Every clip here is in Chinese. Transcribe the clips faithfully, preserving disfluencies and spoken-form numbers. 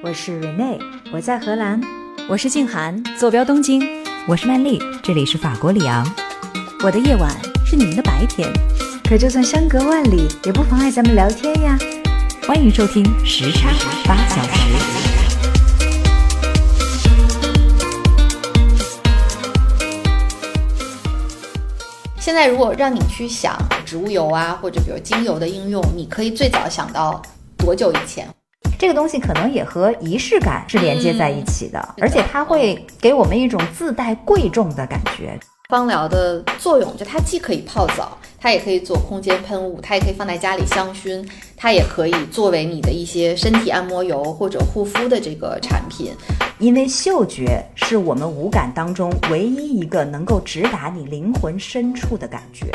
我是 Renee， 我在荷兰。 我是静涵，坐标东京。 我是曼丽，这里是法国里昂。 我的夜晚是你们的白天， 可就算相隔万里，也不妨碍咱们聊天呀。 欢迎收听时差八小时。 现在如果让你去想植物油啊，或者比如精油的应用，你可以最早想到多久以前？ 这个东西可能也和仪式感是连接在一起的，嗯、而且它会给我们一种自带贵重的感觉。 芳疗的作用就它既可以泡澡，它也可以做空间喷雾，它也可以放在家里香薰，它也可以作为你的一些身体按摩油或者护肤的这个产品。 因为嗅觉是我们五感当中唯一一个能够直达你灵魂深处的感觉。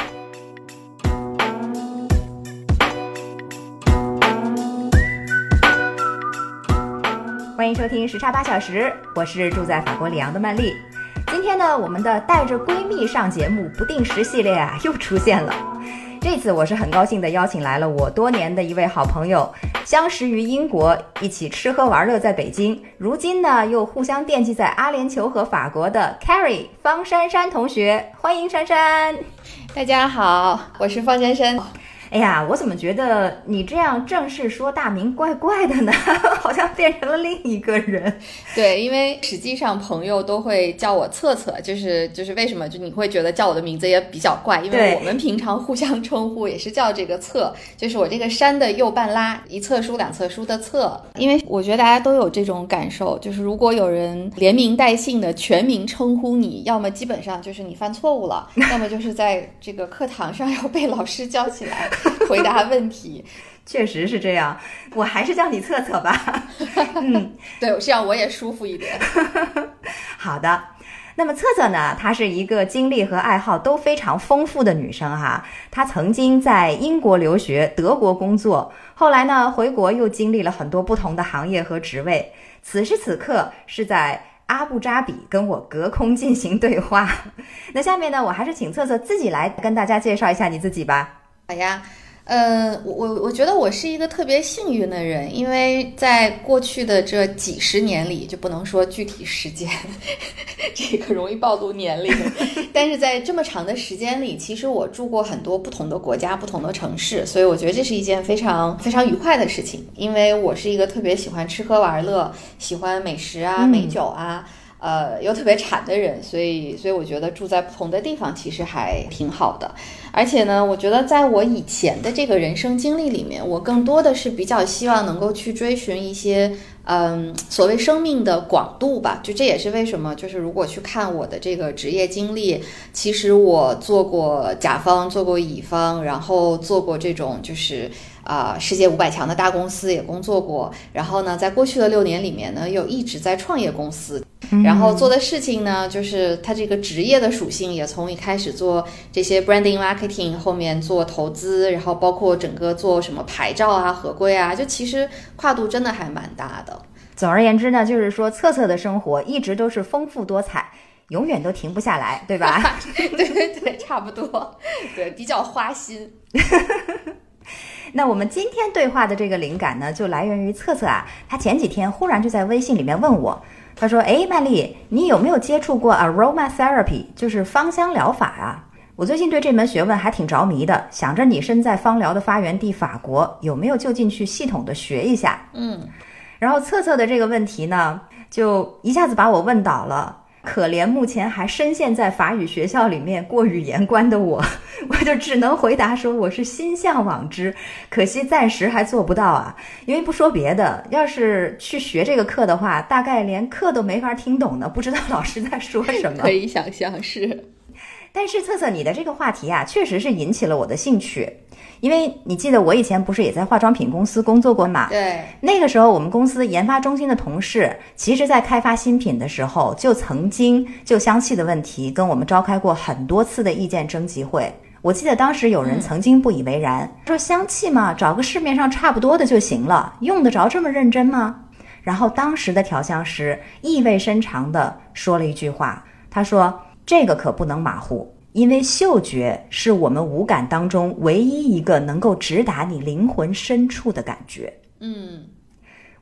欢迎收听时差八小时，我是住在法国里昂的曼丽。今天呢，我们的带着闺蜜上节目不定时系列啊又出现了。这次我是很高兴的邀请来了我多年的一位好朋友，相识于英国，一起吃喝玩乐在北京，如今呢又互相惦记在阿联酋和法国的 Carrie 方珊珊同学。欢迎珊珊。 大家好，我是方珊珊。 哎呀，我怎么觉得你这样正式说大名怪怪的呢？好像变成了另一个人。 对，因为实际上朋友都会叫我策策，就是就是为什么就你会觉得叫我的名字也比较怪，因为我们平常互相称呼也是叫这个策，就是我这个山的右半拉，一侧书两侧书的侧。因为我觉得大家都有这种感受，就是如果有人连名带姓的全名称呼你，要么基本上就是你犯错误了，要么就是在这个课堂上要被老师叫起来回答问题。 确实是这样，我还是叫你策策吧。嗯， 对，这样我也舒服一点。 好的，那么策策呢，她是一个经历和爱好都非常丰富的女生哈。她曾经在英国留学，德国工作，后来呢回国又经历了很多不同的行业和职位。此时此刻是在阿布扎比跟我隔空进行对话。那下面呢，我还是请策策自己来跟大家介绍一下你自己吧。 好呀，呃，我我我觉得我是一个特别幸运的人，因为在过去的这几十年里，就不能说具体时间，这个容易暴露年龄，但是在这么长的时间里，其实我住过很多不同的国家、不同的城市，所以我觉得这是一件非常非常愉快的事情，因为我是一个特别喜欢吃喝玩乐、喜欢美食啊、美酒啊。嗯呃，又特别馋的人，所以所以我觉得住在不同的地方其实还挺好的。而且呢，我觉得在我以前的这个人生经历里面，我更多的是比较希望能够去追寻一些嗯所谓生命的广度吧。就这也是为什么，就是如果去看我的这个职业经历，其实我做过甲方，做过乙方，然后做过这种就是啊、呃，世界五百强的大公司也工作过，然后呢，在过去的六年里面呢，又一直在创业公司，然后做的事情呢，就是它这个职业的属性也从一开始做这些 branding marketing， 后面做投资，然后包括整个做什么牌照啊、合规啊，就其实跨度真的还蛮大的。 总而言之呢，就是说策策的生活一直都是丰富多彩，永远都停不下来，对吧？ 对对对，差不多，对，比较花心。 那我们今天对话的这个灵感呢，就来源于策策啊，他前几天忽然就在微信里面问我，他说：“哎，曼丽，你有没有接触过 aroma therapy， 就是芳香疗法啊？我最近对这门学问还挺着迷的，想着你身在芳疗的发源地法国，有没有就近去系统的学一下？”嗯，然后策策的这个问题呢，就一下子把我问倒了。可怜目前还深陷在法语学校里面过语言关的我，我就只能回答说我是心向往之，可惜暂时还做不到啊。因为不说别的，要是去学这个课的话，大概连课都没法听懂呢，不知道老师在说什么。 可以想象是。 但是策策你的这个话题啊，确实是引起了我的兴趣。因为你记得我以前不是也在化妆品公司工作过嘛？ 对， 那个时候我们公司研发中心的同事，其实在开发新品的时候，就曾经就香气的问题跟我们召开过很多次的意见征集会。我记得当时有人曾经不以为然，嗯、说香气嘛，找个市面上差不多的就行了，用得着这么认真吗？然后当时的调香师意味深长地说了一句话，他说：“这个可不能马虎。”因为嗅觉是我们五感当中唯一一个能够直达你灵魂深处的感觉。 嗯，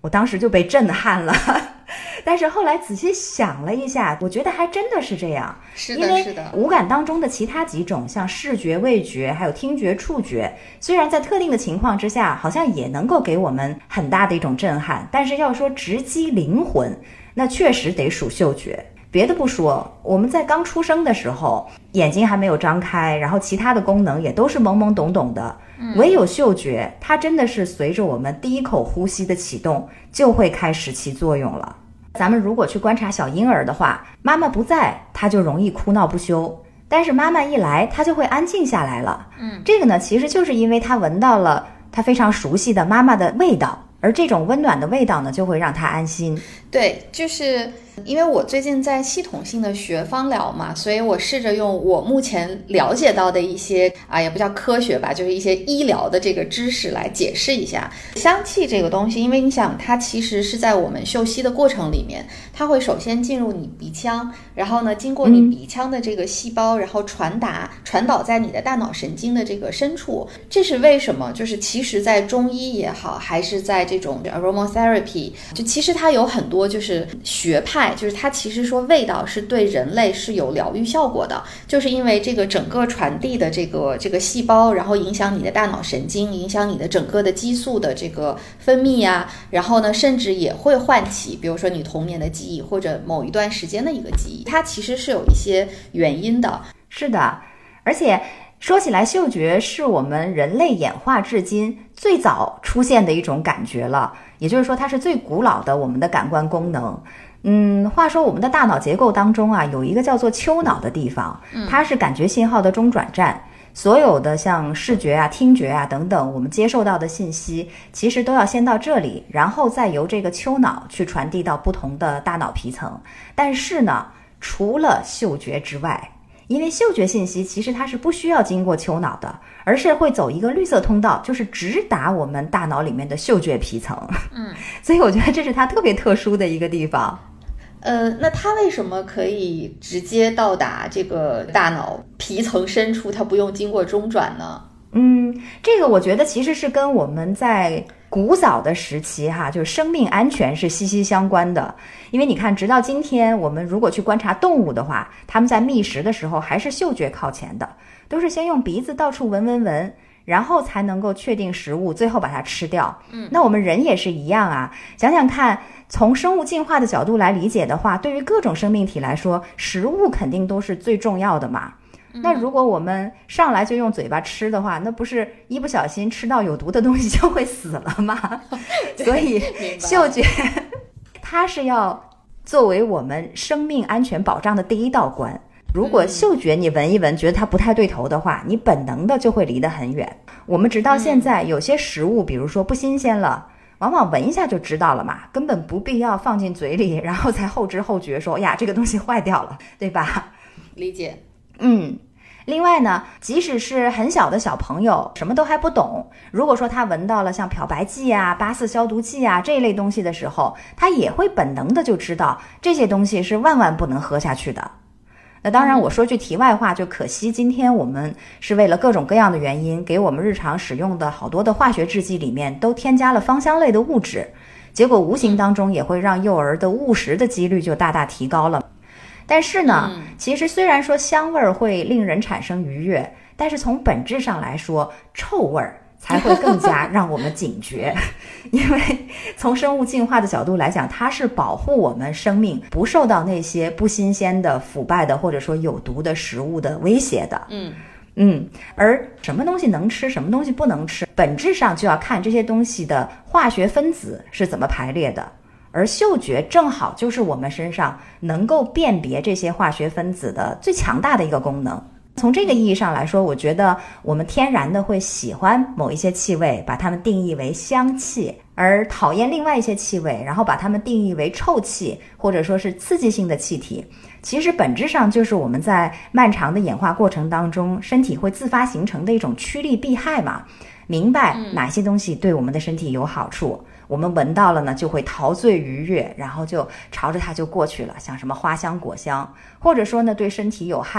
我当时就被震撼了。但是后来仔细想了一下，我觉得还真的是这样。 是的，是的。 因为五感当中的其他几种，像视觉、味觉还有听觉、触觉，虽然在特定的情况之下好像也能够给我们很大的一种震撼，但是要说直击灵魂，那确实得数嗅觉。别的不说，我们在刚出生的时候眼睛还没有张开，然后其他的功能也都是懵懵懂懂的，唯有嗅觉它真的是随着我们第一口呼吸的启动就会开始起作用了。咱们如果去观察小婴儿的话，妈妈不在他就容易哭闹不休，但是妈妈一来他就会安静下来了。嗯，这个呢其实就是因为他闻到了他非常熟悉的妈妈的味道，而这种温暖的味道呢就会让他安心。 对，就是因为我最近在系统性的学芳疗嘛，所以我试着用我目前了解到的一些啊，也不叫科学吧，就是一些医疗的这个知识来解释一下香气这个东西。因为你想，它其实是在我们嗅吸的过程里面，它会首先进入你鼻腔，然后呢经过你鼻腔的这个细胞，然后传达传导在你的大脑神经的这个深处。这是为什么就是其实在中医也好，还是在这种 aromatherapy， 就其实它有很多就是学派，就是它其实说味道是对人类是有疗愈效果的，就是因为这个整个传递的这个这个细胞，然后影响你的大脑神经，影响你的整个的激素的这个分泌呀、啊，然后呢甚至也会唤起比如说你童年的记忆或者某一段时间的一个记忆，它其实是有一些原因的。 是的，而且说起来，嗅觉是我们人类演化至今最早出现的一种感觉了，也就是说它是最古老的我们的感官功能。嗯，话说我们的大脑结构当中啊，有一个叫做丘脑的地方，它是感觉信号的中转站，所有的像视觉啊、听觉啊等等，我们接受到的信息，其实都要先到这里，然后再由这个丘脑去传递到不同的大脑皮层。但是呢，除了嗅觉之外，因为嗅觉信息其实它是不需要经过丘脑的，而是会走一个绿色通道，就是直达我们大脑里面的嗅觉皮层。嗯，所以我觉得这是它特别特殊的一个地方。 呃，那它为什么可以直接到达这个大脑皮层深处，它不用经过中转呢？ 嗯，这个我觉得其实是跟我们在古早的时期哈，就是生命安全是息息相关的。因为你看，直到今天，我们如果去观察动物的话，它们在觅食的时候还是嗅觉靠前的，都是先用鼻子到处闻闻闻，然后才能够确定食物，最后把它吃掉。嗯，那我们人也是一样啊，想想看，从生物进化的角度来理解的话，对于各种生命体来说，食物肯定都是最重要的嘛。那如果我们上来就用嘴巴吃的话，那不是一不小心吃到有毒的东西就会死了吗？所以嗅觉它是要作为我们生命安全保障的第一道关。如果嗅觉你闻一闻觉得它不太对头的话，你本能的就会离得很远。我们直到现在有些食物比如说不新鲜了，往往闻一下就知道了嘛，根本不必要放进嘴里然后才后知后觉说呀这个东西坏掉了，对吧？ 理解。 嗯，另外呢，即使是很小的小朋友什么都还不懂，如果说他闻到了像漂白剂啊、八四消毒剂啊这一类东西的时候，他也会本能的就知道这些东西是万万不能喝下去的。那当然我说句题外话，就可惜今天我们是为了各种各样的原因，给我们日常使用的好多的化学制剂里面都添加了芳香类的物质，结果无形当中也会让幼儿的误食的几率就大大提高了。但是呢，其实虽然说香味会令人产生愉悦，但是从本质上来说，臭味才会更加让我们警觉。因为从生物进化的角度来讲，它是保护我们生命不受到那些不新鲜的、腐败的或者说有毒的食物的威胁的。嗯嗯，而什么东西能吃，什么东西不能吃，本质上就要看这些东西的化学分子是怎么排列的。而嗅觉正好就是我们身上能够辨别这些化学分子的最强大的一个功能。从这个意义上来说，我觉得我们天然的会喜欢某一些气味，把它们定义为香气，而讨厌另外一些气味，然后把它们定义为臭气，或者说是刺激性的气体。其实本质上就是我们在漫长的演化过程当中，身体会自发形成的一种趋利避害嘛，明白哪些东西对我们的身体有好处，我们闻到了呢就会陶醉愉悦，然后就朝着它就过去了，像什么花香果香，或者说呢对身体有害，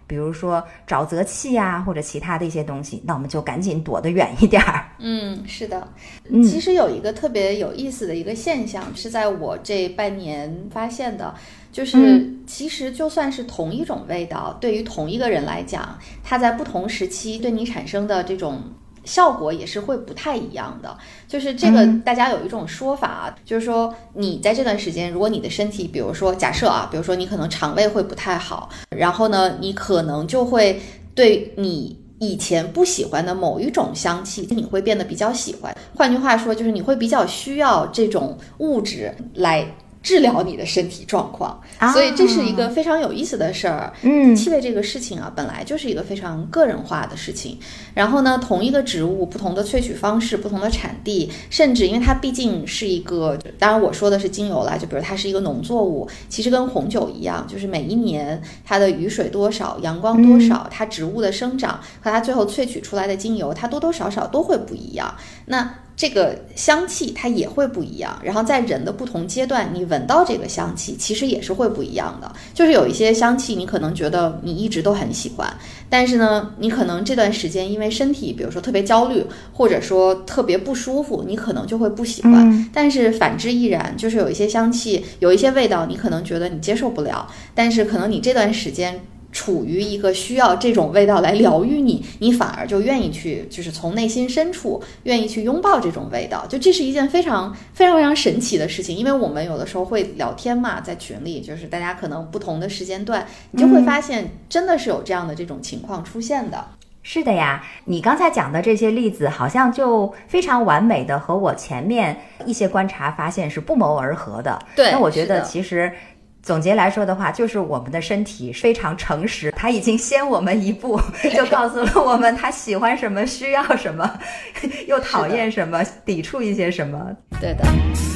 比如说沼泽气啊，或者其他的一些东西，那我们就赶紧躲得远一点儿。 嗯，是的。 嗯， 其实有一个特别有意思的一个现象，是在我这半年发现的，就是其实就算是同一种味道，对于同一个人来讲，它在不同时期对你产生的这种效果也是会不太一样的。就是这个大家有一种说法啊，嗯、就是说你在这段时间，如果你的身体，比如说假设啊，比如说你可能肠胃会不太好，然后呢，你可能就会对你以前不喜欢的某一种香气，你会变得比较喜欢。换句话说，就是你会比较需要这种物质来治疗你的身体状况，啊、所以这是一个非常有意思的事儿。嗯，气味这个事情啊，本来就是一个非常个人化的事情。然后呢，同一个植物，不同的萃取方式，不同的产地，甚至因为它毕竟是一个，当然我说的是精油啦，就比如它是一个农作物，其实跟红酒一样，就是每一年它的雨水多少，阳光多少，它植物的生长和它最后萃取出来的精油，它多多少少都会不一样。那这个香气它也会不一样，然后在人的不同阶段，你闻到这个香气其实也是会不一样的。就是有一些香气你可能觉得你一直都很喜欢，但是呢，你可能这段时间因为身体比如说特别焦虑，或者说特别不舒服，你可能就会不喜欢。嗯、但是反之亦然，就是有一些香气，有一些味道，你可能觉得你接受不了，但是可能你这段时间处于一个需要这种味道来疗愈你，你反而就愿意去，就是从内心深处愿意去拥抱这种味道。就这是一件非常非常非常神奇的事情，因为我们有的时候会聊天嘛，在群里，就是大家可能不同的时间段，你就会发现真的是有这样的这种情况出现的。 嗯，是的呀，你刚才讲的这些例子好像就非常完美的和我前面一些观察发现是不谋而合的。 对， 那我觉得其实总结来说的话，就是我们的身体非常诚实，它已经先我们一步就告诉了我们它喜欢什么，需要什么，又讨厌什么，抵触一些什么。 对的。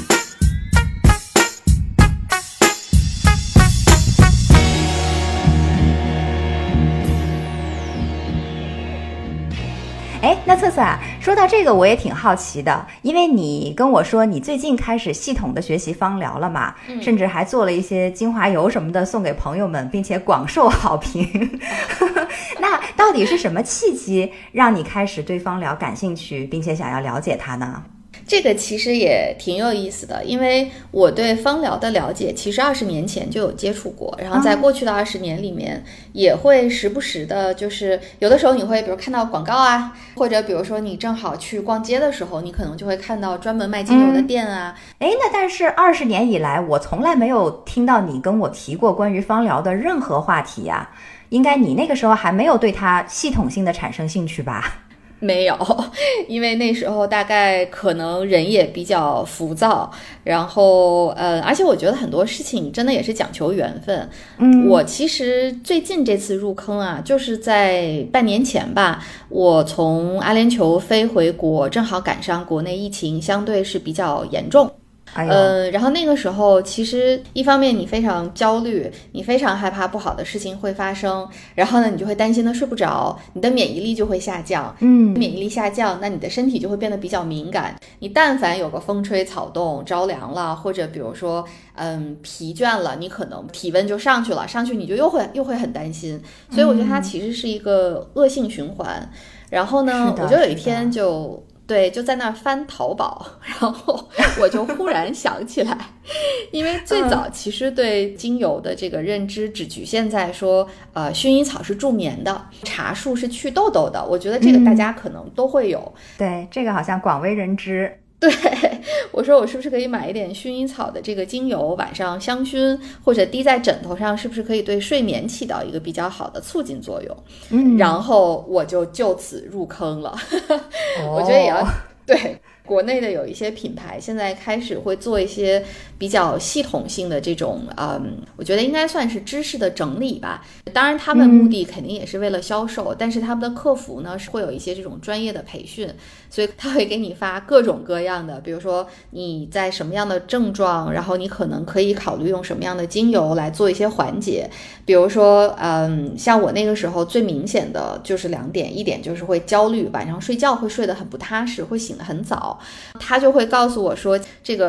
哎，那策策啊，说到这个我也挺好奇的，因为你跟我说你最近开始系统的学习芳疗了嘛，嗯、甚至还做了一些精华油什么的送给朋友们，并且广受好评。那到底是什么契机让你开始对芳疗感兴趣，并且想要了解它呢？ 这个其实也挺有意思的，因为我对芳疗的了解其实二十年前就有接触过，然后在过去的二十年里面也会时不时的，就是有的时候你会比如看到广告啊，或者比如说你正好去逛街的时候，你可能就会看到专门卖精油的店啊。 哎、嗯，那但是二十年以来我从来没有听到你跟我提过关于芳疗的任何话题呀、啊，应该你那个时候还没有对它系统性的产生兴趣吧？ 没有，因为那时候大概可能人也比较浮躁，然后呃，而且我觉得很多事情真的也是讲求缘分。嗯，我其实最近这次入坑啊，就是在半年前吧，我从阿联酋飞回国，正好赶上国内疫情相对是比较严重。 哎、 呃，然后那个时候其实一方面你非常焦虑，你非常害怕不好的事情会发生，然后呢你就会担心的睡不着，你的免疫力就会下降，嗯，免疫力下降，那你的身体就会变得比较敏感，你但凡有个风吹草动着凉了，或者比如说嗯疲倦了，你可能体温就上去了，上去你就又会又会很担心，所以我觉得它其实是一个恶性循环。嗯、然后呢我就有一天就对，就在那儿翻淘宝，然后我就忽然想起来，因为最早其实对精油的这个认知只局限在说，呃，薰衣草是助眠的，茶树是祛痘痘的，我觉得这个大家可能都会有。嗯、 对，这个好像广为人知。 对，我说我是不是可以买一点薰衣草的这个精油，晚上香薰或者滴在枕头上，是不是可以对睡眠起到一个比较好的促进作用？嗯，然后我就就此入坑了。哦、我觉得也要对。国内的有一些品牌现在开始会做一些比较系统性的这种嗯，我觉得应该算是知识的整理吧。当然他们目的肯定也是为了销售、嗯、但是他们的客服呢是会有一些这种专业的培训，所以他会给你发各种各样的，比如说你在什么样的症状，然后你可能可以考虑用什么样的精油来做一些缓解。比如说嗯，像我那个时候最明显的就是两点，一点就是会焦虑，晚上睡觉会睡得很不踏实，会醒得很早。他就会告诉我说，这个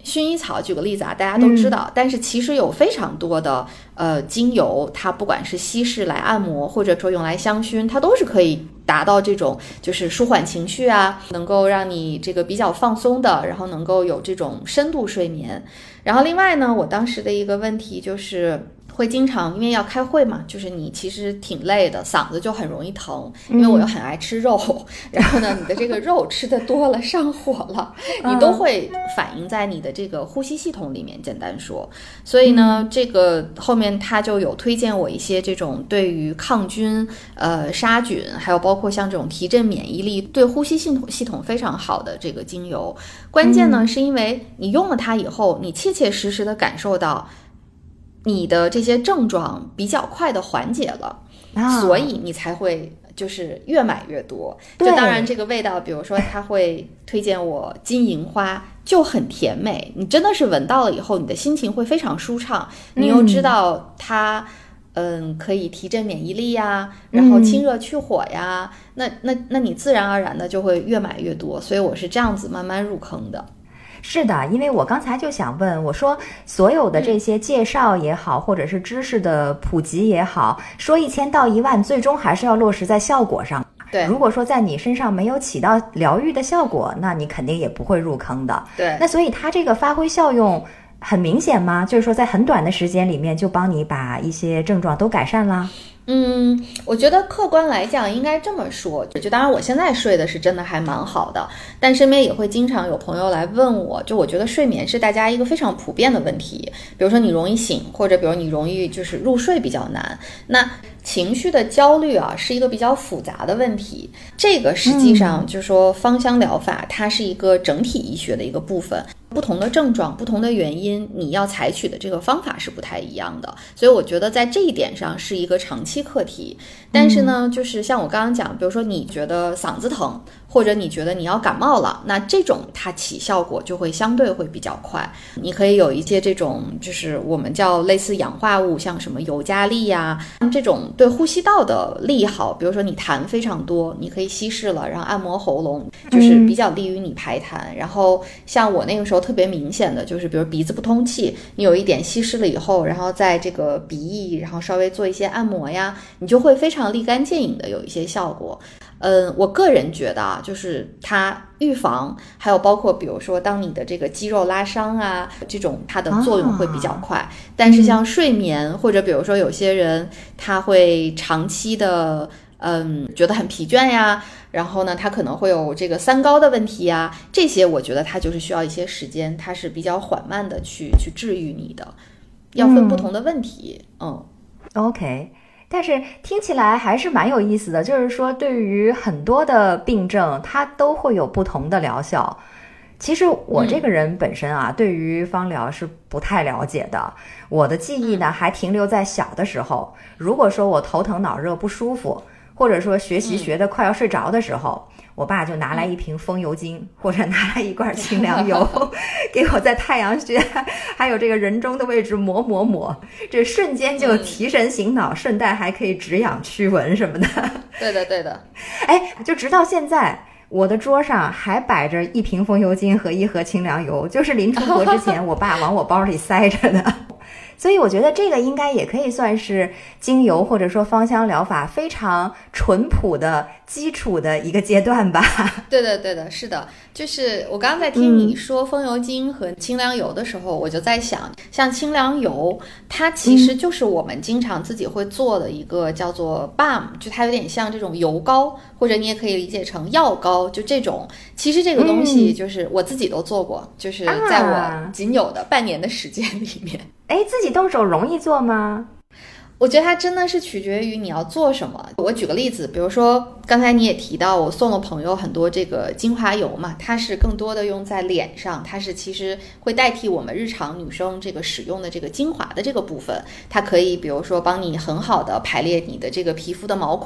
薰衣草举个例子啊，大家都知道、嗯、但是其实有非常多的呃精油，它不管是稀释来按摩或者说用来香薰，它都是可以达到这种就是舒缓情绪啊，能够让你这个比较放松的，然后能够有这种深度睡眠。然后另外呢，我当时的一个问题就是会经常因为要开会嘛，就是你其实挺累的，嗓子就很容易疼，因为我又很爱吃肉、嗯、然后呢你的这个肉吃的多了上火了你都会反映在你的这个呼吸系统里面，简单说。所以呢、嗯、这个后面他就有推荐我一些这种对于抗菌呃杀菌，还有包括像这种提振免疫力，对呼吸系统系统非常好的这个精油。关键呢、嗯、是因为你用了它以后，你切切实实的感受到你的这些症状比较快的缓解了、啊、所以你才会就是越买越多。就当然这个味道，比如说他会推荐我金银花，就很甜美，你真的是闻到了以后你的心情会非常舒畅，你又知道它嗯可以提振免疫力呀，然后清热去火呀、嗯、那那那你自然而然的就会越买越多。所以我是这样子慢慢入坑的。 是的，因为我刚才就想问，我说所有的这些介绍也好、嗯、或者是知识的普及也好，说一千到一万，最终还是要落实在效果上。 对， 如果说在你身上没有起到疗愈的效果，那你肯定也不会入坑的。 对， 那所以它这个发挥效用很明显吗？就是说在很短的时间里面就帮你把一些症状都改善了？ 嗯，我觉得客观来讲应该这么说，就当然我现在睡的是真的还蛮好的，但身边也会经常有朋友来问我，就我觉得睡眠是大家一个非常普遍的问题，比如说你容易醒，或者比如你容易就是入睡比较难，那情绪的焦虑啊是一个比较复杂的问题。这个实际上就是说芳香疗法它是一个整体医学的一个部分，不同的症状不同的原因，你要采取的这个方法是不太一样的，所以我觉得在这一点上是一个长期课题。但是呢就是像我刚刚讲，比如说你觉得嗓子疼，或者你觉得你要感冒了，那这种它起效果就会相对会比较快。你可以有一些这种就是我们叫类似氧化物，像什么尤加利呀、啊、这种对呼吸道的利好，比如说你痰非常多，你可以稀释了，然后按摩喉咙，就是比较利于你排痰、嗯、然后像我那个时候特别明显的就是比如鼻子不通气，你有一点稀释了以后，然后在这个鼻翼然后稍微做一些按摩呀，你就会非常立竿见影的有一些效果。嗯，我个人觉得啊，就是它预防，还有包括比如说当你的这个肌肉拉伤啊，这种它的作用会比较快、啊、但是像睡眠、嗯、或者比如说有些人他会长期的嗯觉得很疲倦呀，然后呢他可能会有这个三高的问题呀，这些我觉得它就是需要一些时间，它是比较缓慢的去去治愈你的，要分不同的问题。嗯, 嗯 OK，但是听起来还是蛮有意思的，就是说对于很多的病症它都会有不同的疗效。其实我这个人本身啊、嗯、对于芳疗是不太了解的，我的记忆呢还停留在小的时候，如果说我头疼脑热不舒服，或者说学习学得快要睡着的时候、嗯、我爸就拿来一瓶风油精、嗯、或者拿来一罐清凉油给我在太阳穴还有这个人中的位置抹抹抹，这瞬间就提神醒脑、嗯、顺带还可以止痒驱蚊什么的。 对的对的， 哎，就直到现在我的桌上还摆着一瓶风油精和一盒清凉油，就是临出国之前我爸往我包里塞着的。所以我觉得这个应该也可以算是精油或者说芳香疗法非常淳朴的基础的一个阶段吧。 对的对的，是的，就是我刚刚在听你说风油精和清凉油的时候、嗯、我就在想，像清凉油它其实就是我们经常自己会做的一个叫做 balm、嗯、就它有点像这种油膏，或者你也可以理解成药膏，就这种。其实这个东西就是我自己都做过、嗯、就是在我仅有的半年的时间里面。 哎，自己动手容易做吗？ 我觉得它真的是取决于你要做什么。我举个例子，比如说刚才你也提到我送了朋友很多这个精华油嘛，它是更多的用在脸上，它是其实会代替我们日常女生这个使用的这个精华的这个部分，它可以比如说帮你很好的排列你的这个皮肤的毛孔，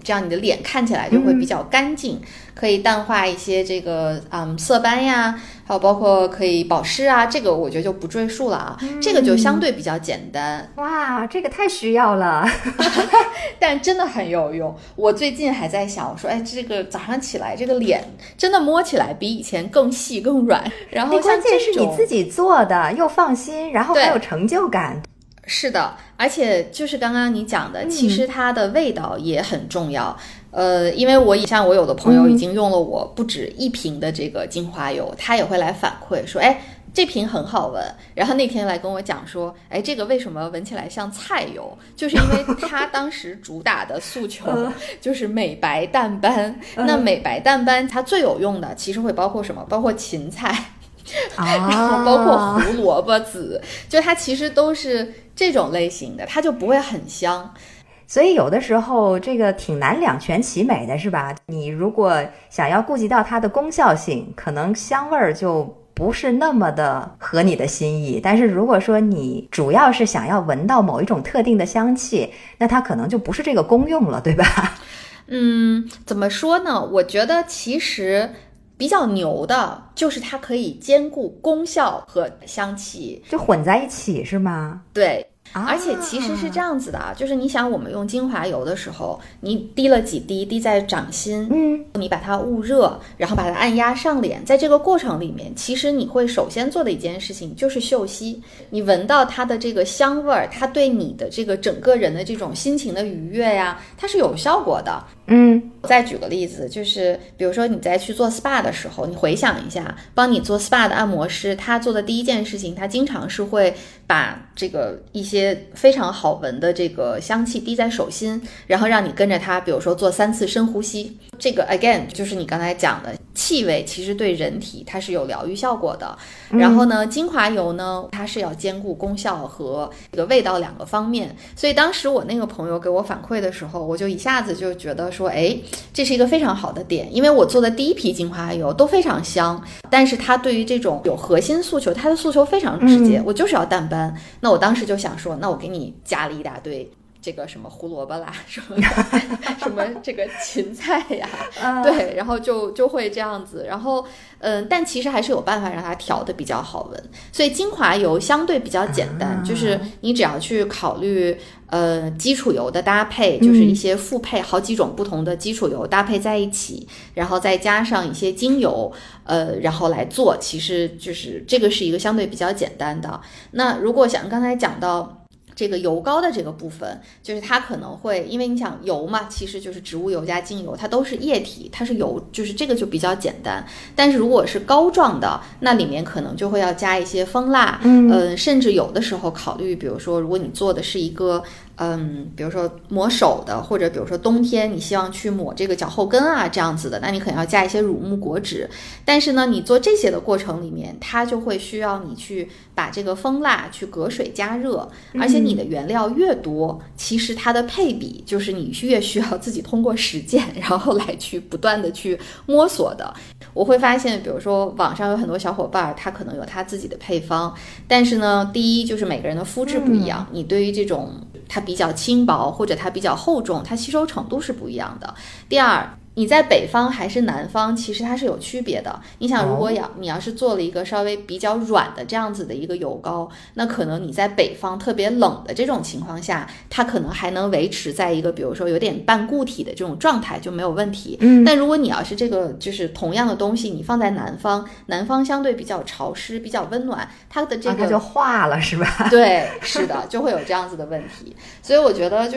这样你的脸看起来就会比较干净，嗯、可以淡化一些这个嗯色斑呀，还有包括可以保湿啊，这个我觉得就不赘述了啊，嗯、这个就相对比较简单。 哇，这个太需要了， 但真的很有用。我最近还在想，我说，哎，这个早上起来这个脸真的摸起来比以前更细更软，然后关键是你自己做的，又放心，然后还有成就感。 是的，而且就是刚刚你讲的， 嗯、 其实它的味道也很重要。呃，因为我像我有的朋友已经用了我不止一瓶的这个精华油，嗯、他也会来反馈说，哎，这瓶很好闻。然后那天来跟我讲说，哎，这个为什么闻起来像菜油？就是因为他当时主打的诉求就是美白淡斑。嗯、那美白淡斑它最有用的其实会包括什么？包括芹菜。然后包括胡萝卜籽，就它其实都是这种类型的，它就不会很香。 所以有的时候这个挺难两全其美的，是吧？你如果想要顾及到它的功效性，可能香味儿就不是那么的合你的心意。但是如果说你主要是想要闻到某一种特定的香气，那它可能就不是这个功用了，对吧？ 嗯，怎么说呢？我觉得其实比较牛的就是它可以兼顾功效和香气， 就混在一起是吗？ 对。而且其实是这样子的啊，就是你想我们用精华油的时候，你滴了几滴滴在掌心，嗯，你把它捂热，然后把它按压上脸，在这个过程里面，其实你会首先做的一件事情就是嗅吸，你闻到它的这个香味儿，它对你的这个整个人的这种心情的愉悦呀，它是有效果的。嗯，再举个例子，就是比如说你在去做 S P A 的时候，你回想一下，帮你做 S P A 的按摩师，他做的第一件事情，他经常是会把这个一些非常好闻的这个香气滴在手心，然后让你跟着他，比如说做三次深呼吸。这个 again 就是你刚才讲的气味，其实对人体它是有疗愈效果的。然后呢，精华油呢，它是要兼顾功效和这个味道两个方面。所以当时我那个朋友给我反馈的时候，我就一下子就觉得说，哎，这是一个非常好的点，因为我做的第一批精华油都非常香，但是它对于这种有核心诉求，它的诉求非常直接，嗯、我就是要淡斑。那我当时就想说，那我给你加了一大堆这个什么胡萝卜啦，什么什么这个芹菜呀，对，然后就就会这样子，然后嗯、呃，但其实还是有办法让它调的比较好闻。所以精华油相对比较简单，就是你只要去考虑呃基础油的搭配，就是一些复配好几种不同的基础油搭配在一起，然后再加上一些精油，呃，然后来做，其实就是这个是一个相对比较简单的。那如果像刚才讲到这个油膏的这个部分，就是它可能会，因为你想油嘛，其实就是植物油加精油，它都是液体，它是油，就是这个就比较简单。但是如果是膏状的，那里面可能就会要加一些蜂蜡，嗯、呃，甚至有的时候考虑，比如说如果你做的是一个嗯，比如说抹手的，或者比如说冬天你希望去抹这个脚后跟啊这样子的，那你可能要加一些乳木果脂。但是呢，你做这些的过程里面，它就会需要你去把这个蜂蜡去隔水加热，而且你的原料越多，嗯、其实它的配比就是你越需要自己通过实践，然后来去不断的去摸索的。我会发现，比如说网上有很多小伙伴，他可能有他自己的配方，但是呢，第一就是每个人的肤质不一样，嗯、你对于这种它比较轻薄或者它比较厚重，它吸收程度是不一样的。第二，你在北方还是南方，其实它是有区别的。你想，如果要你要是做了一个稍微比较软的这样子的一个油膏，那可能你在北方特别冷的这种情况下，它可能还能维持在一个比如说有点半固体的这种状态就没有问题。嗯，但如果你要是这个就是同样的东西，你放在南方，南方相对比较潮湿、比较温暖，它的这个、 啊、它就化了是吧？ 对，是的，就会有这样子的问题。所以我觉得就是。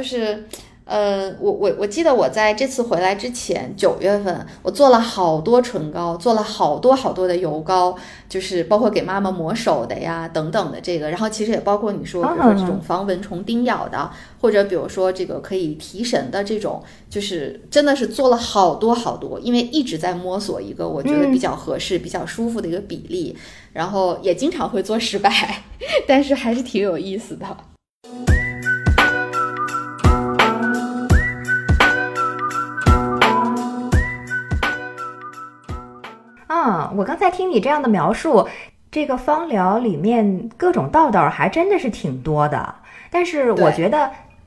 呃，我我我记得我在这次回来之前，九月份我做了好多唇膏，做了好多好多的油膏，就是包括给妈妈抹手的呀等等的这个，然后其实也包括你说，比如说这种防蚊虫叮咬的，或者比如说这个可以提神的这种，就是真的是做了好多好多，因为一直在摸索一个我觉得比较合适、嗯、比较舒服的一个比例，然后也经常会做失败，但是还是挺有意思的。 啊，我刚才听你这样的描述，这个芳疗里面各种道道还真的是挺多的。但是我觉得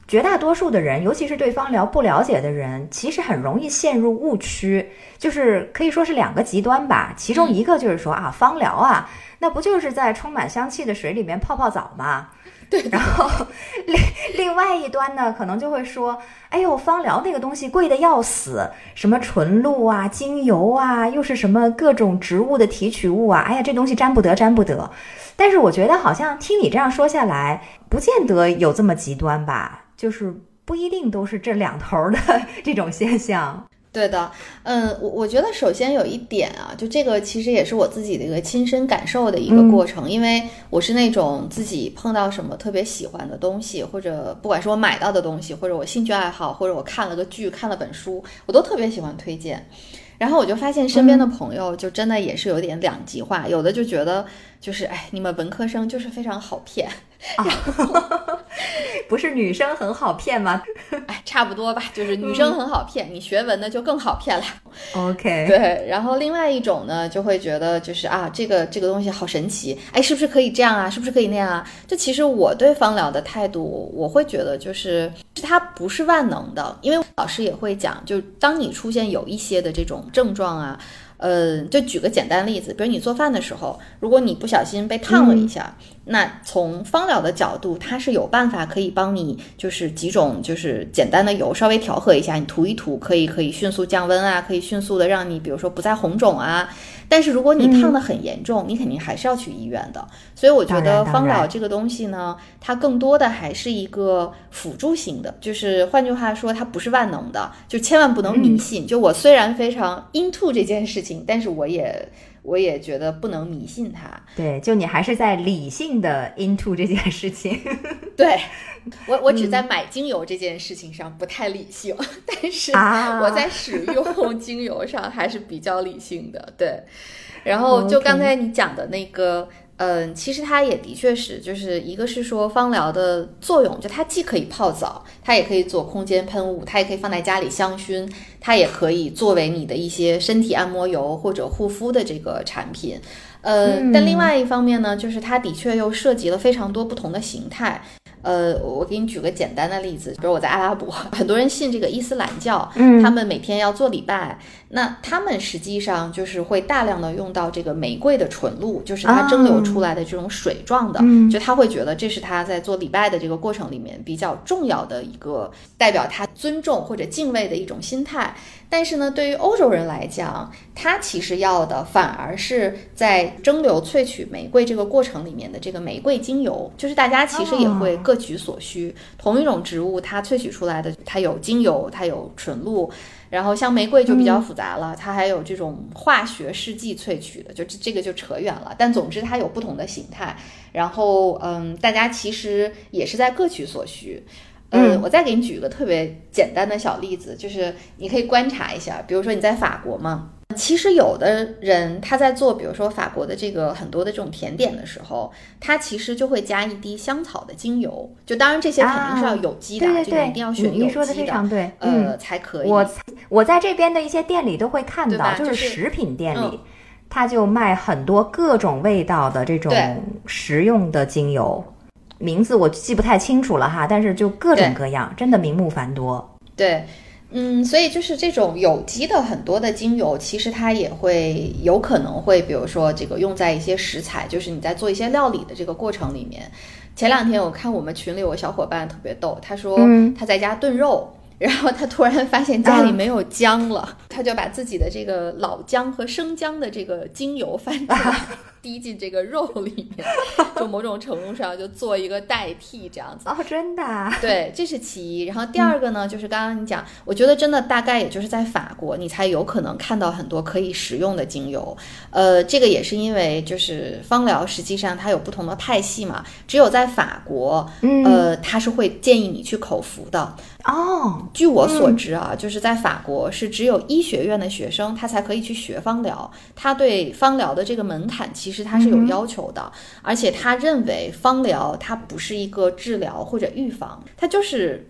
绝大多数的人，尤其是对芳疗不了解的人，其实很容易陷入误区，就是可以说是两个极端吧。其中一个就是说、嗯、啊，芳疗啊，那不就是在充满香气的水里面泡泡澡吗？ 对， 然后另另外一端呢，可能就会说，哎呦，芳疗那个东西贵得要死，什么纯露啊、精油啊，又是什么各种植物的提取物啊，哎呀，这东西沾不得，沾不得。但是我觉得好像听你这样说下来，不见得有这么极端吧，就是不一定都是这两头的这种现象。 对的，嗯，我我觉得首先有一点啊，就这个其实也是我自己的一个亲身感受的一个过程，嗯、因为我是那种自己碰到什么特别喜欢的东西，或者不管是我买到的东西，或者我兴趣爱好，或者我看了个剧、看了本书，我都特别喜欢推荐。然后我就发现身边的朋友就真的也是有点两极化，嗯、有的就觉得就是哎，你们文科生就是非常好骗。 啊，不是女生很好骗吗？ 哎，差不多吧，就是女生很好骗，嗯、你学文的就更好骗了。 OK， 对。然后另外一种呢，就会觉得就是啊，这个这个东西好神奇，哎，是不是可以这样啊？是不是可以那样啊？就其实我对芳疗的态度，我会觉得就是它不是万能的，因为老师也会讲，就当你出现有一些的这种症状啊。呃，就举个简单例子，比如你做饭的时候，如果你不小心被烫了一下，嗯、那从芳疗的角度，它是有办法可以帮你，就是几种就是简单的油稍微调和一下，你涂一涂，可以可以迅速降温啊，可以迅速的让你，比如说不再红肿啊。但是如果你烫得很严重，嗯、你肯定还是要去医院的。所以我觉得芳疗这个东西呢，它更多的还是一个辅助性的，就是换句话说，它不是万能的，就千万不能迷信。嗯、就我虽然非常 into 这件事情，但是我也我也觉得不能迷信它。 对，就你还是在理性的 into 这件事情。 对，我我只在买精油这件事情上不太理性，嗯、但是我在使用精油上还是比较理性的。对，然后就刚才你讲的那个。嗯，其实它也的确是，就是一个是说芳疗的作用，就它既可以泡澡，它也可以做空间喷雾，它也可以放在家里香薰，它也可以作为你的一些身体按摩油或者护肤的这个产品。呃，嗯、但另外一方面呢，就是它的确又涉及了非常多不同的形态。呃，我给你举个简单的例子，比如我在阿拉伯，很多人信这个伊斯兰教，嗯，他们每天要做礼拜，那他们实际上就是会大量的用到这个玫瑰的纯露，就是它蒸馏出来的这种水状的，嗯、就他会觉得这是他在做礼拜的这个过程里面比较重要的一个代表他尊重或者敬畏的一种心态。但是呢，对于欧洲人来讲，他其实要的反而是在蒸馏萃取玫瑰这个过程里面的这个玫瑰精油，就是大家其实也会各取所需，哦、同一种植物它萃取出来的，它有精油，它有纯露，然后像玫瑰就比较复杂了，嗯、它还有这种化学试剂萃取的，就这个就扯远了。但总之它有不同的形态，然后嗯，大家其实也是在各取所需。呃，我再给你举一个特别简单的小例子，就是你可以观察一下，比如说你在法国嘛，其实有的人他在做比如说法国的这个很多的这种甜点的时候，他其实就会加一滴香草的精油，就当然这些肯定是要有机的， 啊、对对对， 这个一定要选有机的， 你说的非常对， 呃、嗯、才可以。 我我在这边的一些店里都会看到， 就是食品店里、嗯、他就卖很多各种味道的这种食用的精油，名字我记不太清楚了哈，但是就各种各样，真的名目繁多。 对，嗯，所以就是这种有机的很多的精油，其实它也会有可能会，比如说这个用在一些食材，就是你在做一些料理的这个过程里面。前两天我看我们群里有个小伙伴特别逗，他说他在家炖肉。嗯，然后他突然发现家里没有姜了，嗯、他就把自己的这个老姜和生姜的这个精油翻出来，滴进这个肉里面，就某种程度上就做一个代替这样子。 哦，真的？ 对，这是其一。然后第二个呢，嗯、就是刚刚你讲，我觉得真的大概也就是在法国，你才有可能看到很多可以食用的精油。呃，这个也是因为就是芳疗实际上它有不同的派系嘛，只有在法国，嗯、呃，它是会建议你去口服的。 哦， 据我所知啊，嗯、就是在法国是只有医学院的学生他才可以去学芳疗，他对芳疗的这个门槛其实他是有要求的，嗯、而且他认为芳疗它不是一个治疗或者预防，它就是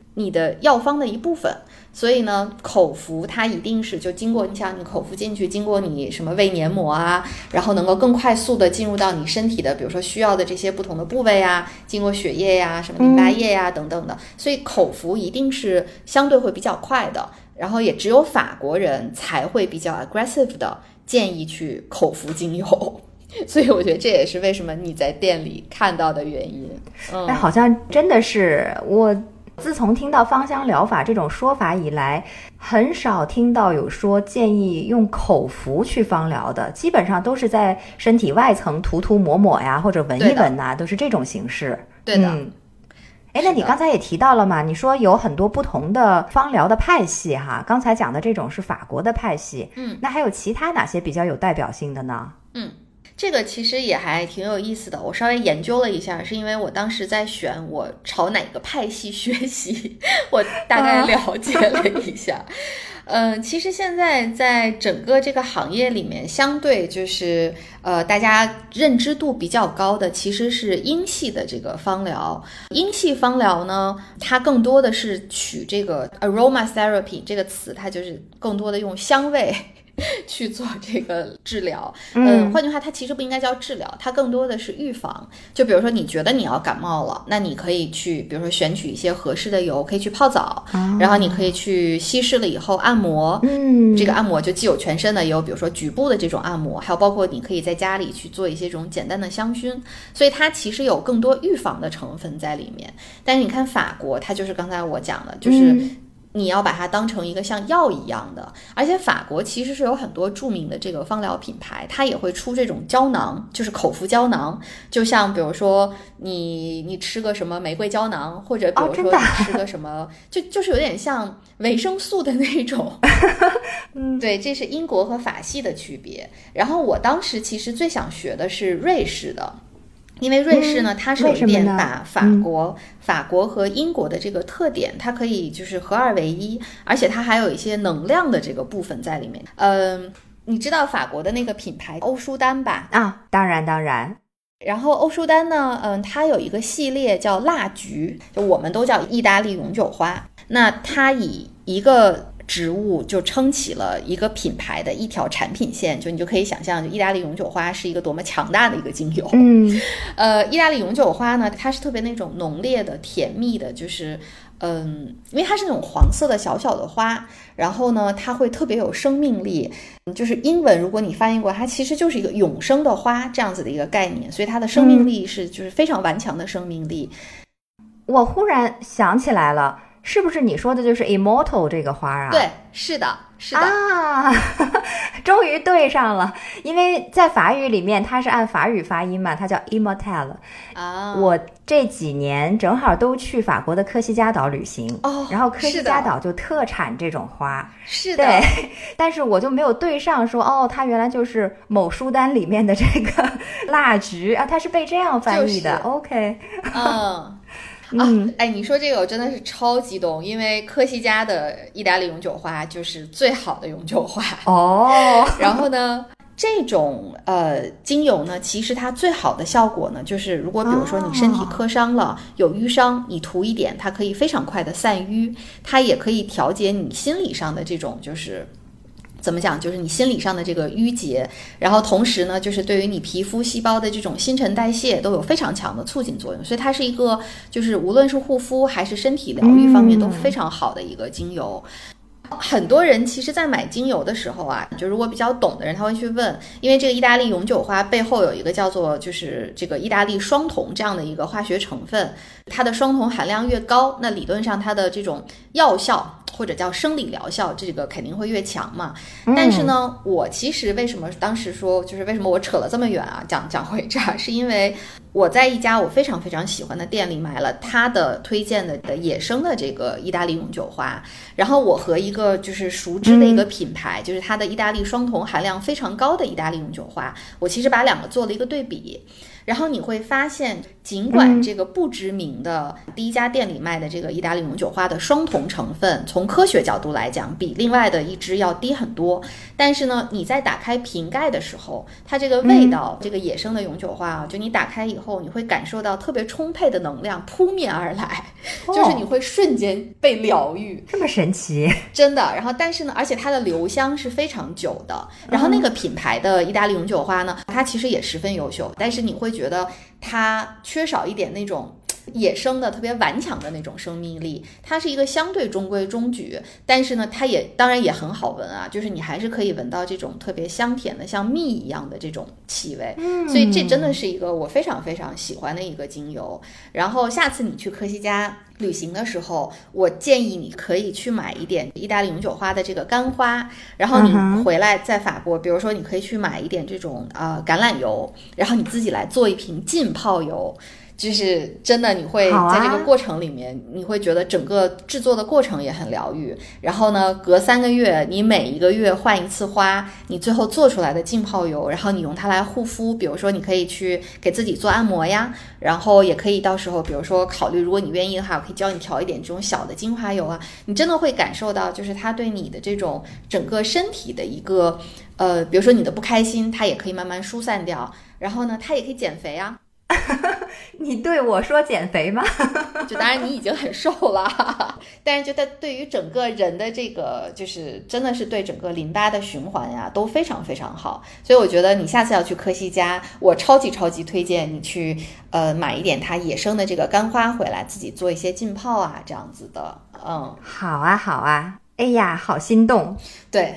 你的药方的一部分。所以呢，口服它一定是就经过，你想你口服进去，经过你什么胃黏膜啊，然后能够更快速的进入到你身体的，比如说需要的这些不同的部位啊，经过血液呀、什么淋巴液呀、等等的，所以口服一定是相对会比较快的。然后也只有法国人才会比较 aggressive 的建议去口服精油。所以我觉得这也是为什么你在店里看到的原因。嗯， 哎，好像真的是我。自从听到芳香疗法这种说法以来，很少听到有说建议用口服去芳疗的，基本上都是在身体外层涂涂抹抹呀，或者闻一闻呐，都是这种形式。 对的。 嗯，哎，那你刚才也提到了嘛，你说有很多不同的芳疗的派系哈，刚才讲的这种是法国的派系， 嗯， 那还有其他哪些比较有代表性的呢？ 嗯。这个其实也还挺有意思的，我稍微研究了一下，是因为我当时在选我朝哪个派系学习，我大概了解了一下。嗯、呃，其实现在在整个这个行业里面，相对就是呃大家认知度比较高的，其实是英系的这个芳疗。英系芳疗呢，它更多的是取这个 aromatherapy 这个词，它就是更多的用香味去做这个治疗。嗯，换句话，它其实不应该叫治疗，它更多的是预防。就比如说你觉得你要感冒了，那你可以去比如说选取一些合适的油，可以去泡澡、哦、然后你可以去稀释了以后按摩。嗯，这个按摩就既有全身的，也有比如说局部的这种按摩，还有包括你可以在家里去做一些这种简单的香薰，所以它其实有更多预防的成分在里面。但是你看法国，它就是刚才我讲的，就是、嗯你要把它当成一个像药一样的，而且法国其实是有很多著名的这个芳疗品牌，它也会出这种胶囊，就是口服胶囊，就像比如说你你吃个什么玫瑰胶囊，或者比如说你吃个什么、哦、就就是有点像维生素的那种。嗯，对，这是英国和法系的区别。然后我当时其实最想学的是瑞士的。因为瑞士呢、嗯、它是有一点把法国、嗯、法国和英国的这个特点，它可以就是合二为一，而且它还有一些能量的这个部分在里面。嗯，你知道法国的那个品牌欧舒丹吧？ 啊，当然当然。 然后欧舒丹呢，嗯，它有一个系列叫蜡菊，就我们都叫意大利永久花。那它以一个植物就撑起了一个品牌的一条产品线，就你就可以想象，就意大利永久花是一个多么强大的一个精油。嗯，呃，意大利永久花呢，它是特别那种浓烈的、甜蜜的，就是嗯，因为它是那种黄色的小小的花，然后呢，它会特别有生命力。就是英文如果你翻译过，它其实就是一个永生的花这样子的一个概念，所以它的生命力是就是非常顽强的生命力。 嗯、我忽然想起来了。是不是你说的就是 immortal 这个花啊？ 对，是的，是的啊，终于对上了。因为在法语里面，它是按法语发音嘛，它叫 immortelle 啊。我这几年正好都去法国的科西嘉岛旅行，哦，然后科西嘉岛就特产这种花， 是的。 对，但是我就没有对上说，哦，它原来就是某书单里面的这个蜡菊啊，它是被这样翻译的。就是、OK， 嗯。啊，哎，你说这个我真的是超激动，因为科西嘉的意大利永久花就是最好的永久花哦。 然后呢，这种呃精油呢，其实它最好的效果呢，就是如果比如说你身体磕伤了、哦、有淤伤，你涂一点，它可以非常快的散瘀，它也可以调节你心理上的这种就是怎么讲，就是你心理上的这个淤结，然后同时呢，就是对于你皮肤细胞的这种新陈代谢都有非常强的促进作用，所以它是一个就是无论是护肤还是身体疗愈方面都非常好的一个精油。嗯、很多人其实在买精油的时候啊，就如果比较懂的人他会去问，因为这个意大利永久花背后有一个叫做就是这个意大利双酮这样的一个化学成分，它的双酮含量越高，那理论上它的这种药效或者叫生理疗效这个肯定会越强嘛。但是呢、嗯、我其实为什么当时说就是为什么我扯了这么远啊，讲讲回这儿，是因为我在一家我非常非常喜欢的店里买了他的推荐的的野生的这个意大利永久花，然后我和一个就是熟知的一个品牌、嗯、就是它的意大利双酮含量非常高的意大利永久花，我其实把两个做了一个对比。 然后你会发现尽管这个不知名的第一家店里卖的这个意大利永久花的双酮成分从科学角度来讲比另外的一支要低很多，但是呢你在打开瓶盖的时候，它这个味道、嗯、这个野生的永久花啊，就你打开以后你会感受到特别充沛的能量扑面而来、哦、就是你会瞬间被疗愈， 这么神奇， 真的。然后但是呢而且它的留香是非常久的，然后那个品牌的意大利永久花呢它其实也十分优秀，但是你会觉得它缺少一点那种野生的特别顽强的那种生命力，它是一个相对中规中矩，但是呢它也当然也很好闻啊，就是你还是可以闻到这种特别香甜的像蜜一样的这种气味、嗯、所以这真的是一个我非常非常喜欢的一个精油。然后下次你去科西嘉旅行的时候，我建议你可以去买一点意大利永久花的这个干花，然后你回来在法国、嗯、比如说你可以去买一点这种呃橄榄油，然后你自己来做一瓶浸泡油，就是真的你会在这个过程里面、啊、你会觉得整个制作的过程也很疗愈。然后呢隔三个月你每一个月换一次花，你最后做出来的浸泡油，然后你用它来护肤，比如说你可以去给自己做按摩呀，然后也可以到时候比如说考虑如果你愿意的话，我可以教你调一点这种小的精华油啊，你真的会感受到就是它对你的这种整个身体的一个呃，比如说你的不开心它也可以慢慢疏散掉，然后呢它也可以减肥啊。 你对我说减肥吗？ 就当然你已经很瘦了，但是就它对于整个人的这个就是真的是对整个淋巴的循环呀都非常非常好。所以我觉得你下次要去科西嘉，我超级超级推荐你去呃买一点它野生的这个干花回来，自己做一些浸泡啊这样子的。嗯， 好啊好啊，哎呀好心动。 对，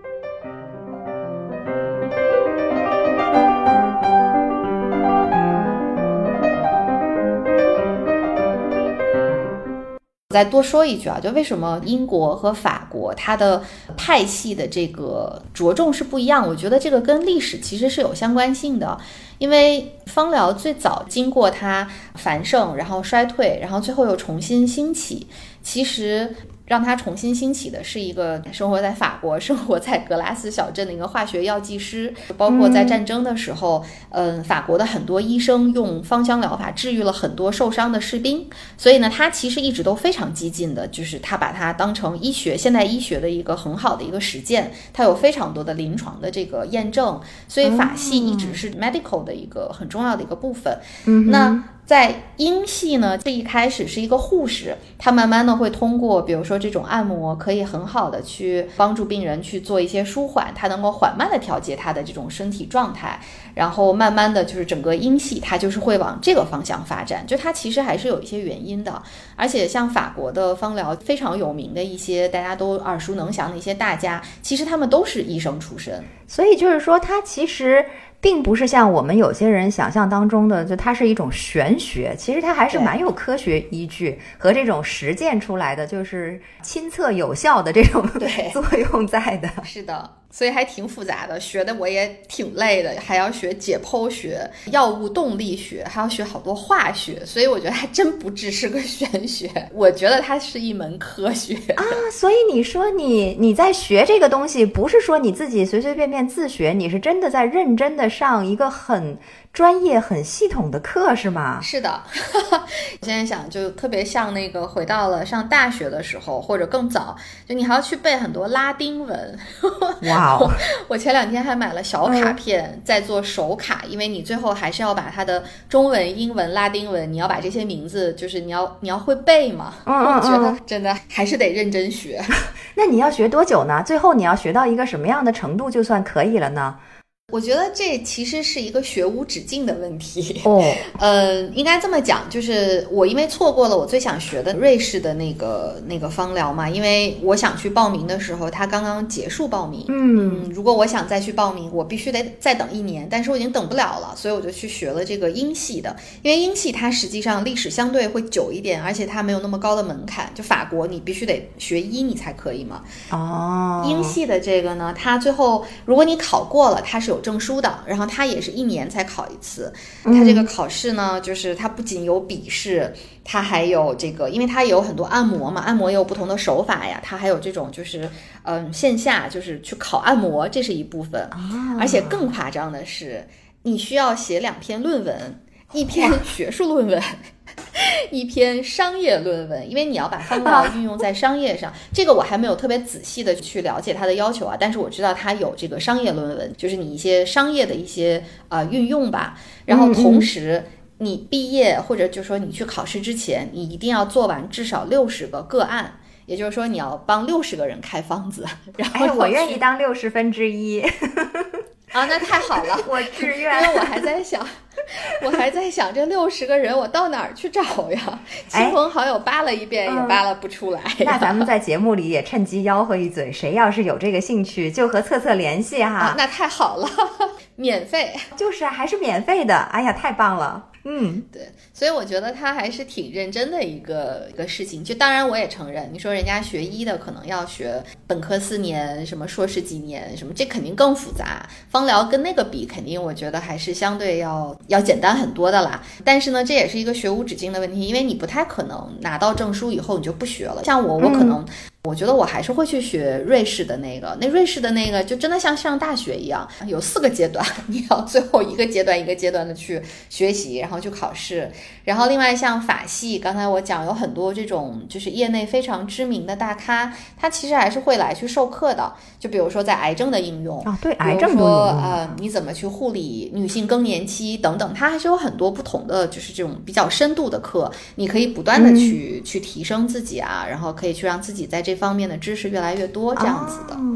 再多说一句啊，就为什么英国和法国它的派系的这个着重是不一样，我觉得这个跟历史其实是有相关性的。因为芳疗最早经过它繁盛，然后衰退，然后最后又重新兴起，其实让它重新兴起的是一个生活在法国、生活在格拉斯小镇的一个化学药剂师，包括在战争的时候，嗯，法国的很多医生用芳香疗法治愈了很多受伤的士兵，所以呢，他其实一直都非常激进的，就是他把它当成医学、现代医学的一个很好的一个实践，它有非常多的临床的这个验证，所以法系一直是 medical 的一个很重要的一个部分。嗯，那在英系呢，这一开始是一个护士，他慢慢的会通过比如说这种按摩可以很好的去帮助病人去做一些舒缓，他能够缓慢的调节他的这种身体状态，然后慢慢的就是整个英系它就是会往这个方向发展，就它其实还是有一些原因的。而且像法国的芳疗非常有名的一些大家都耳熟能详的一些大家，其实他们都是医生出身， 所以就是说它其实并不是像我们有些人想象当中的，就它是一种玄学，其实它还是蛮有科学依据和这种实践出来的，就是亲测有效的这种作用在的。 是的，所以还挺复杂的，学的我也挺累的，还要学解剖学、药物动力学，还要学好多化学，所以我觉得还真不只是个玄学，我觉得它是一门科学啊。所以你说你你在学这个东西，不是说你自己随随便便自学，你是真的在认真的上一个很专业很系统的课是吗？ 是的。我现在想就特别像那个回到了上大学的时候，或者更早，就你还要去背很多拉丁文。 哇哦！ 我前两天还买了小卡片、嗯、在做手卡，因为你最后还是要把它的中文、英文、拉丁文，你要把这些名字就是你要你要会背嘛。嗯嗯嗯，我觉得真的还是得认真学。 那你要学多久呢？最后你要学到一个什么样的程度就算可以了呢？ 我觉得这其实是一个学无止境的问题哦。呃，应该这么讲，就是我因为错过了我最想学的瑞士的那个那个芳疗嘛，因为我想去报名的时候，它刚刚结束报名。嗯, 嗯，如果我想再去报名，我必须得再等一年，但是我已经等不了了，所以我就去学了这个英系的。因为英系它实际上历史相对会久一点，而且它没有那么高的门槛。就法国你必须得学医你才可以嘛。哦，英系的这个呢，它最后如果你考过了，它是有证书的，然后它也是一年才考一次。它这个考试呢，就是它不仅有笔试，它还有这个，因为它也有很多按摩嘛，按摩也有不同的手法呀，它还有这种就是嗯线下就是去考按摩，这是一部分。而且更夸张的是， 你需要写两篇论文，一篇学术论文一篇商业论文，因为你要把芳疗运用在商业上。这个我还没有特别仔细的去了解它的要求啊，但是我知道它有这个商业论文，就是你一些商业的一些呃运用吧。然后同时你毕业或者就说你去考试之前，你一定要做完至少六十个个案，也就是说你要帮六十个人开方子。然后哎，我愿意当六十分之一。 啊，那太好了， 我志愿。 因为我还在想，我还在想这六十个人我到哪儿去找呀？亲朋好友扒了一遍也扒拉不出来、 嗯。那咱们在节目里也趁机吆喝一嘴，谁要是有这个兴趣，就和策策联系哈。 啊、那太好了，免费。 就是还是免费的。哎呀，太棒了。嗯， 对，所以我觉得他还是挺认真的一个一个事情。就当然我也承认，你说人家学医的可能要学本科四年，什么硕士几年，什么这肯定更复杂。芳疗跟那个比，肯定我觉得还是相对要要简单很多的啦。但是呢，这也是一个学无止境的问题，因为你不太可能拿到证书以后你就不学了。像我，我可能、嗯。我觉得我还是会去学瑞士的那个，那瑞士的那个就真的像上大学一样，有四个阶段，你要最后一个阶段一个阶段的去学习，然后去考试。然后另外像法系，刚才我讲有很多这种就是业内非常知名的大咖，他其实还是会来去授课的。就比如说在癌症的应用， 啊，对，癌症比如说呃，你怎么去护理女性更年期等等，它还是有很多不同的就是这种比较深度的课，你可以不断的去、嗯、去提升自己啊，然后可以去让自己在这方面的知识越来越多，这样子的。哦，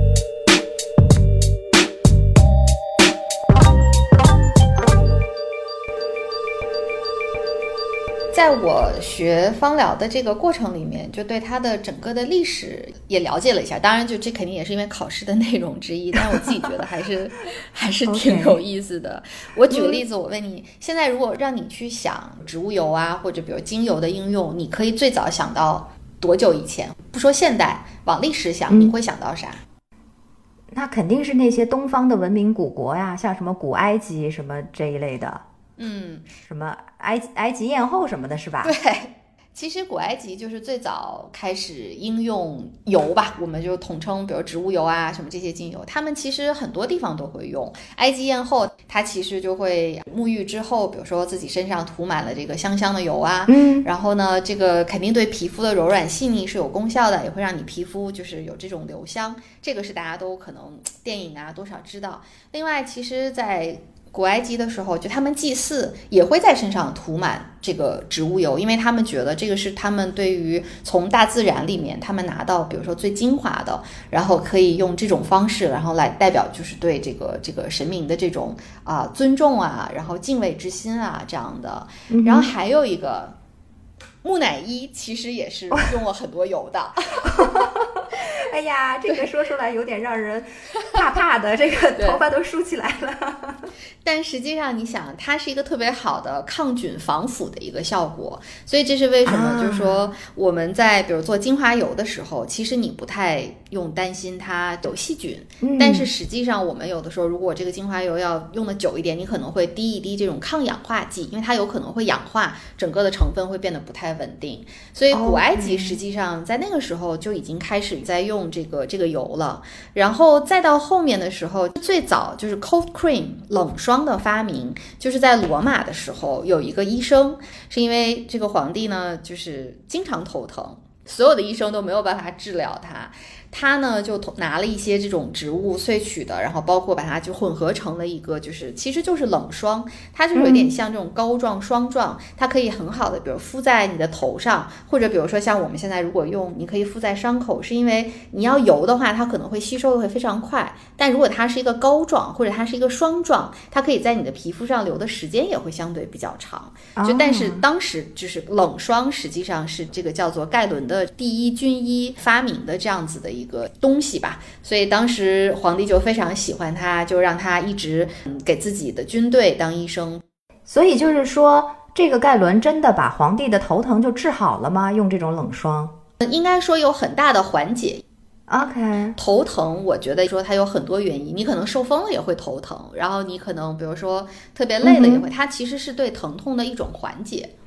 在我学芳疗的这个过程里面，就对它的整个的历史也了解了一下。当然，就这肯定也是因为考试的内容之一，但是我自己觉得还是还是挺有意思的。Okay. 我举个例子，我问你，现在如果让你去想植物油啊，或者比如精油的应用，你可以最早想到多久以前？不说现代，往历史想，你会想到啥？ 嗯，那肯定是那些东方的文明古国呀，像什么古埃及什么这一类的。 嗯， 什么埃埃及艳后什么的，是吧？ 对，其实古埃及就是最早开始应用油吧，我们就统称比如植物油啊什么这些精油，他们其实很多地方都会用。埃及艳后她其实就会沐浴之后，比如说自己身上涂满了这个香香的油啊， 嗯， 然后呢这个肯定对皮肤的柔软细腻是有功效的，也会让你皮肤就是有这种留香，这个是大家都可能电影啊多少知道。另外其实在古埃及的时候，就他们祭祀也会在身上涂满这个植物油，因为他们觉得这个是他们对于从大自然里面他们拿到比如说最精华的，然后可以用这种方式然后来代表就是对这个这个神明的这种啊、呃、尊重啊，然后敬畏之心啊这样的。然后还有一个木乃伊其实也是用了很多油的。 哎呀，这个说出来有点让人怕怕的，这个头发都竖起来了。 但实际上你想，它是一个特别好的抗菌防腐的一个效果，所以这是为什么、啊、就是说我们在比如做精华油的时候，其实你不太用担心它有细菌、嗯、但是实际上我们有的时候如果这个精华油要用的久一点，你可能会滴一滴这种抗氧化剂，因为它有可能会氧化，整个的成分会变得不太稳定。所以古埃及实际上在那个时候就已经开始在用这个这个油了。然后再到后面的时候，最早就是 cold cream 冷霜的发明，就是在罗马的时候，有一个医生是因为这个皇帝呢就是经常头疼，所有的医生都没有办法治疗他，他呢就拿了一些这种植物萃取的，然后包括把它就混合成了一个就是其实就是冷霜，它就是有点像这种膏状霜状、嗯、它可以很好的比如敷在你的头上，或者比如说像我们现在如果用，你可以敷在伤口，是因为你要油的话它可能会吸收的会非常快，但如果它是一个膏状或者它是一个霜状，它可以在你的皮肤上留的时间也会相对比较长。就但是当时就是冷霜实际上是这个叫做盖伦的第一军医发明的这样子的一个东西吧，所以当时皇帝就非常喜欢他，就让他一直给自己的军队当医生。 所以就是说这个盖伦真的把皇帝的头疼就治好了吗？用这种冷霜应该说有很大的缓解。 OK， 头疼我觉得说它有很多原因，你可能受风了也会头疼，然后你可能比如说特别累了也会、嗯、它其实是对疼痛的一种缓解。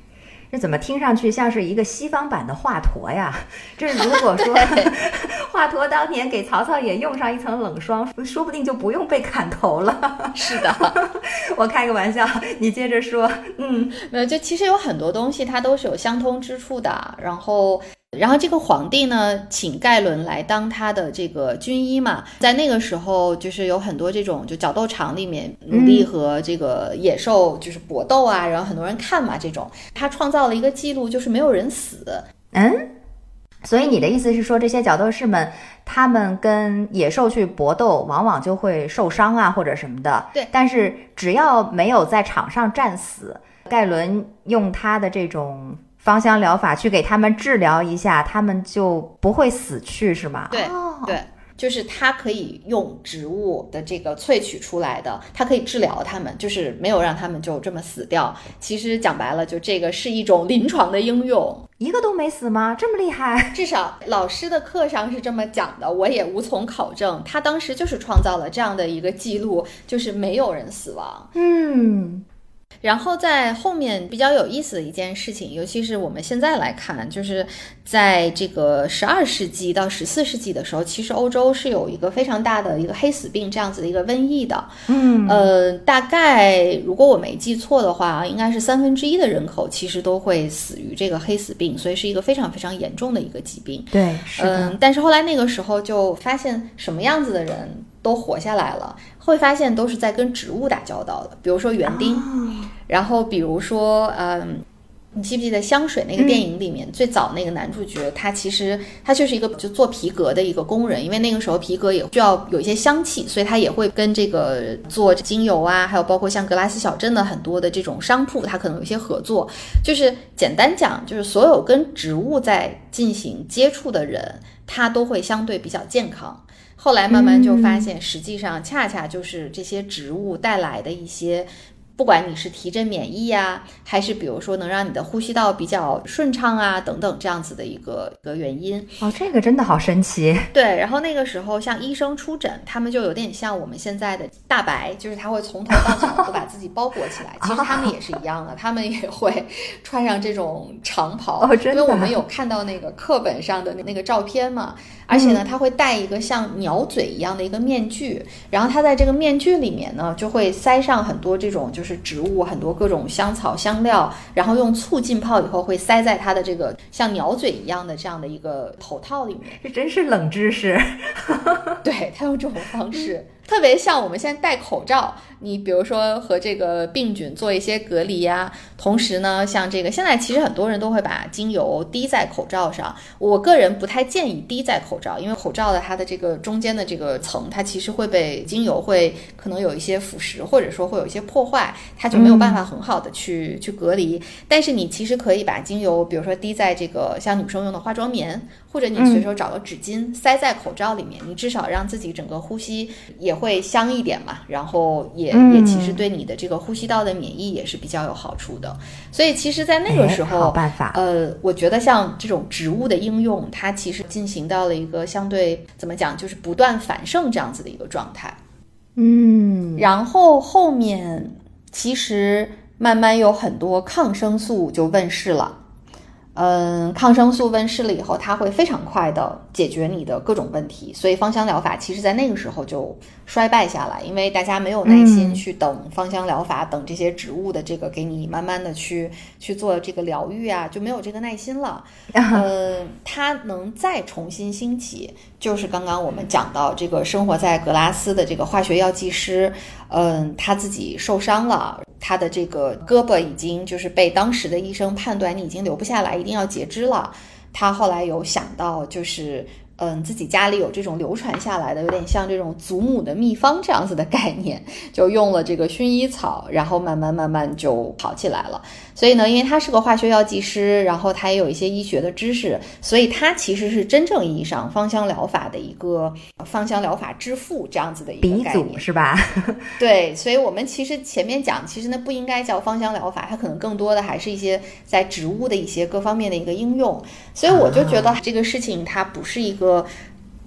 这怎么听上去像是一个西方版的华佗呀？这如果说华佗当年给曹操也用上一层冷霜，说不定就不用被砍头了。 是的， 我开个玩笑，你接着说。嗯， 没有，就其实有很多东西它都是有相通之处的。然后然后这个皇帝呢，请盖伦来当他的这个军医嘛，在那个时候就是有很多这种就角斗场里面奴隶和这个野兽就是搏斗啊，然后很多人看嘛，这种他创造了一个记录，就是没有人死。 嗯，所以你的意思是说，这些角斗士们他们跟野兽去搏斗，往往就会受伤啊或者什么的。 对， 但是只要没有在场上战死，盖伦用他的这种芳香疗法去给他们治疗一下，他们就不会死去，是吗？ 对、 哦、 对，就是它可以用植物的这个萃取出来的，它可以治疗他们，就是没有让他们就这么死掉。其实讲白了，就这个是一种临床的应用。 一个都没死吗？这么厉害？ 至少老师的课上是这么讲的，我也无从考证。他当时就是创造了这样的一个记录，就是没有人死亡。 嗯。 然后在后面比较有意思的一件事情，尤其是我们现在来看，就是在这个十二世纪到十四世纪的时候，其实欧洲是有一个非常大的一个黑死病这样子的一个瘟疫的。 嗯， 呃，大概如果我没记错的话，应该是三分之一的人口其实都会死于这个黑死病，所以是一个非常非常严重的一个疾病。 对，是的。 嗯，但是后来那个时候就发现什么样子的人都活下来了，会发现都是在跟植物打交道的，比如说园丁、哦、然后比如说嗯，你记不记得香水那个电影里面、嗯、最早那个男主角，他其实他就是一个就做皮革的一个工人，因为那个时候皮革也需要有一些香气，所以他也会跟这个做精油啊，还有包括像格拉斯小镇的很多的这种商铺，他可能有一些合作。就是简单讲，就是所有跟植物在进行接触的人，他都会相对比较健康。后来慢慢就发现，实际上恰恰就是这些植物带来的一些，不管你是提振免疫啊，还是比如说能让你的呼吸道比较顺畅啊等等这样子的一个一个原因。 哦，这个真的好神奇。 对，然后那个时候像医生出诊，他们就有点像我们现在的大白，就是他会从头到脚都把自己包裹起来。其实他们也是一样的，他们也会穿上这种长袍。 哦，真的。 因为我们有看到那个课本上的那个照片嘛，而且呢，他会戴一个像鸟嘴一样的一个面具，然后他在这个面具里面呢，就会塞上很多这种就是植物，很多各种香草香料，然后用醋浸泡以后会塞在他的这个像鸟嘴一样的这样的一个头套里面。 这真是冷知识。 对，他用这种方式特别像我们现在戴口罩，你比如说和这个病菌做一些隔离呀，同时呢，像这个现在其实很多人都会把精油滴在口罩上，我个人不太建议滴在口罩，因为口罩的它的这个中间的这个层，它其实会被精油会可能有一些腐蚀，或者说会有一些破坏，它就没有办法很好的去、嗯、去隔离。但是你其实可以把精油比如说滴在这个像女生用的化妆棉，或者你随手找个纸巾、嗯、塞在口罩里面，你至少让自己整个呼吸也会香一点嘛，然后也、嗯、也其实对你的这个呼吸道的免疫也是比较有好处的。所以其实在那个时候、 哎、好办法。 呃，我觉得像这种植物的应用，它其实进行到了一个相对怎么讲，就是不断繁盛这样子的一个状态。 嗯， 然后后面其实慢慢有很多抗生素就问世了。嗯，抗生素问世了以后，它会非常快的解决你的各种问题，所以芳香疗法其实在那个时候就衰败下来，因为大家没有耐心去等芳香疗法、嗯、等这些植物的这个给你慢慢的去去做这个疗愈啊，就没有这个耐心了。呃，它能再重新兴起，就是刚刚我们讲到这个生活在格拉斯的这个化学药剂师，嗯，他自己受伤了，他的这个胳膊已经就是被当时的医生判断你已经留不下来，一定要截肢了。他后来有想到就是嗯，自己家里有这种流传下来的有点像这种祖母的秘方这样子的概念，就用了这个薰衣草，然后慢慢慢慢就好起来了。所以呢，因为他是个化学药剂师，然后他也有一些医学的知识，所以他其实是真正意义上芳香疗法的一个芳香疗法之父这样子的一个概念， 鼻祖是吧？ 对，所以我们其实前面讲，其实那不应该叫芳香疗法，它可能更多的还是一些在植物的一些各方面的一个应用。所以我就觉得这个事情它不是一个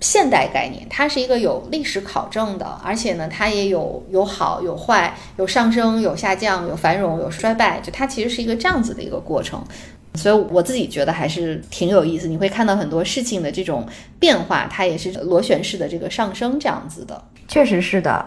现代概念，它是一个有历史考证的，而且呢，它也有有好有坏，有上升有下降，有繁荣有衰败，就它其实是一个这样子的一个过程。所以我自己觉得还是挺有意思，你会看到很多事情的这种变化，它也是螺旋式的这个上升这样子的。 确实是的。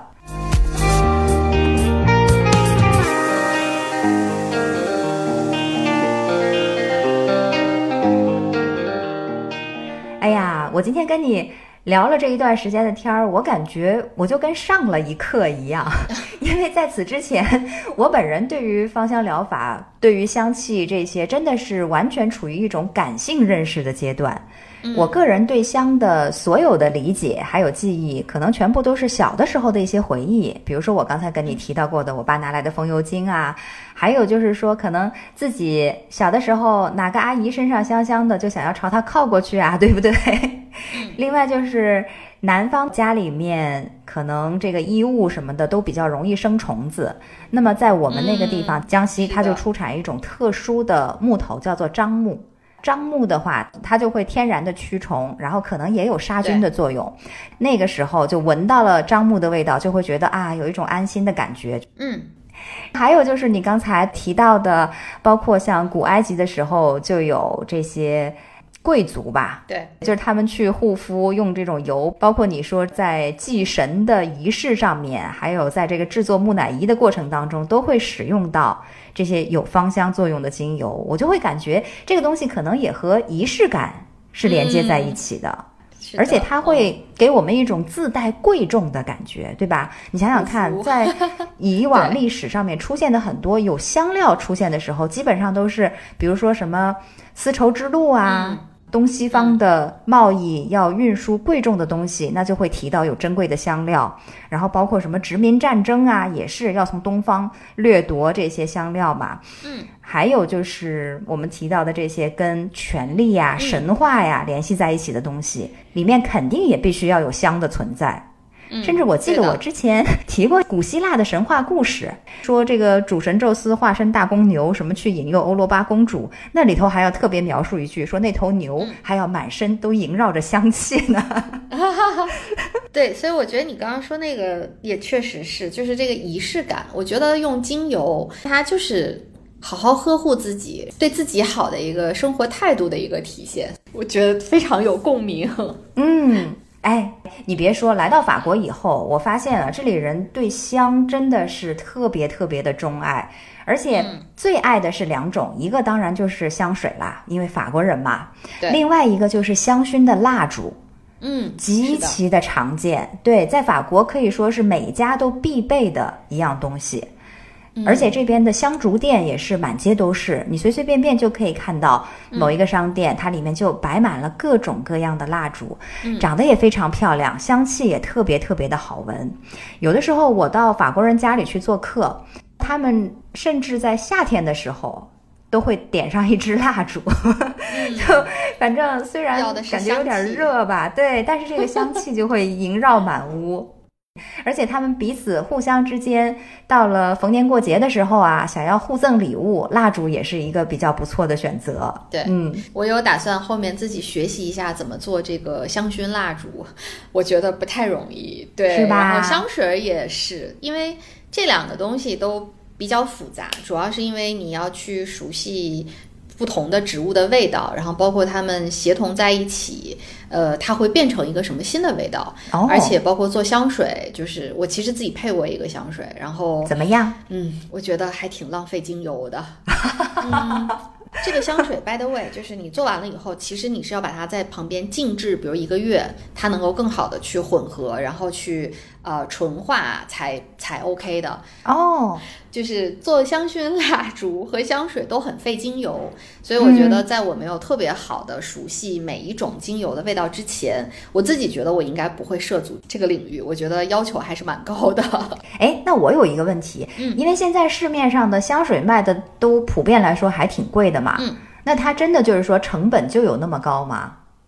哎呀，我今天跟你聊了这一段时间的天儿，我感觉我就跟上了一课一样，因为在此之前，我本人对于芳香疗法、对于香气这些，真的是完全处于一种感性认识的阶段。我个人对香的所有的理解还有记忆，可能全部都是小的时候的一些回忆，比如说我刚才跟你提到过的我爸拿来的风油精啊，还有就是说可能自己小的时候哪个阿姨身上香香的就想要朝她靠过去啊，对不对？另外就是南方家里面可能这个衣物什么的都比较容易生虫子，那么在我们那个地方、嗯、江西它就出产一种特殊的木头叫做樟木。樟木的话它就会天然的驱虫，然后可能也有杀菌的作用，那个时候就闻到了樟木的味道，就会觉得啊有一种安心的感觉。 嗯， 还有就是你刚才提到的，包括像古埃及的时候就有这些贵族吧， 对， 就是他们去护肤用这种油，包括你说在祭神的仪式上面，还有在这个制作木乃伊的过程当中都会使用到这些有芳香作用的精油，我就会感觉这个东西可能也和仪式感是连接在一起的、嗯、而且它会给我们一种自带贵重的感觉、嗯、对吧？你想想看，在以往历史上面出现的很多有香料出现的时候基本上都是比如说什么丝绸之路啊、嗯，东西方的贸易要运输贵重的东西、嗯、那就会提到有珍贵的香料，然后包括什么殖民战争啊，也是要从东方掠夺这些香料嘛。 嗯， 还有就是我们提到的这些跟权力呀、嗯、神话呀联系在一起的东西，里面肯定也必须要有香的存在。 嗯、 甚至我记得我之前提过古希腊的神话故事，说这个主神宙斯化身大公牛什么去引诱欧罗巴公主，那里头还要特别描述一句，说那头牛还要满身都萦绕着香气呢、 嗯、对，所以我觉得你刚刚说那个也确实是，就是这个仪式感，我觉得用精油它就是好好呵护自己，对自己好的一个生活态度的一个体现，我觉得非常有共鸣。 嗯，哎，你别说，来到法国以后，我发现了这里人对香真的是特别特别的钟爱，而且最爱的是两种、嗯、一个当然就是香水啦，因为法国人嘛，另外一个就是香薰的蜡烛。 嗯， 极其的常见，对，在法国可以说是每家都必备的一样东西。而且这边的香烛店也是满街都是，你随随便便就可以看到某一个商店、嗯、它里面就摆满了各种各样的蜡烛、嗯、长得也非常漂亮，香气也特别特别的好闻。有的时候我到法国人家里去做客，他们甚至在夏天的时候都会点上一支蜡烛、嗯、就反正虽然感觉有点热吧，对，但是这个香气就会萦绕满屋。而且他们彼此互相之间到了逢年过节的时候啊，想要互赠礼物，蜡烛也是一个比较不错的选择。 对，嗯，我有打算后面自己学习一下怎么做这个香薰蜡烛，我觉得不太容易，对， 是吧？ 然后香水也是，因为这两个东西都比较复杂，主要是因为你要去熟悉不同的植物的味道，然后包括它们协同在一起，呃，它会变成一个什么新的味道、哦、而且包括做香水，就是我其实自己配过一个香水，然后怎么样？ 嗯，我觉得还挺浪费精油的。嗯，这个香水 by the way 就是你做完了以后，其实你是要把它在旁边静置比如一个月，它能够更好的去混合，然后去呃纯化才才 OK 的哦。 就是做香薰蜡烛和香水都很费精油，所以我觉得在我没有特别好的熟悉每一种精油的味道之前、嗯、我自己觉得我应该不会涉足这个领域，我觉得要求还是蛮高的。 哎，那我有一个问题、嗯、因为现在市面上的香水卖的都普遍来说还挺贵的嘛，嗯，那它真的就是说成本就有那么高吗？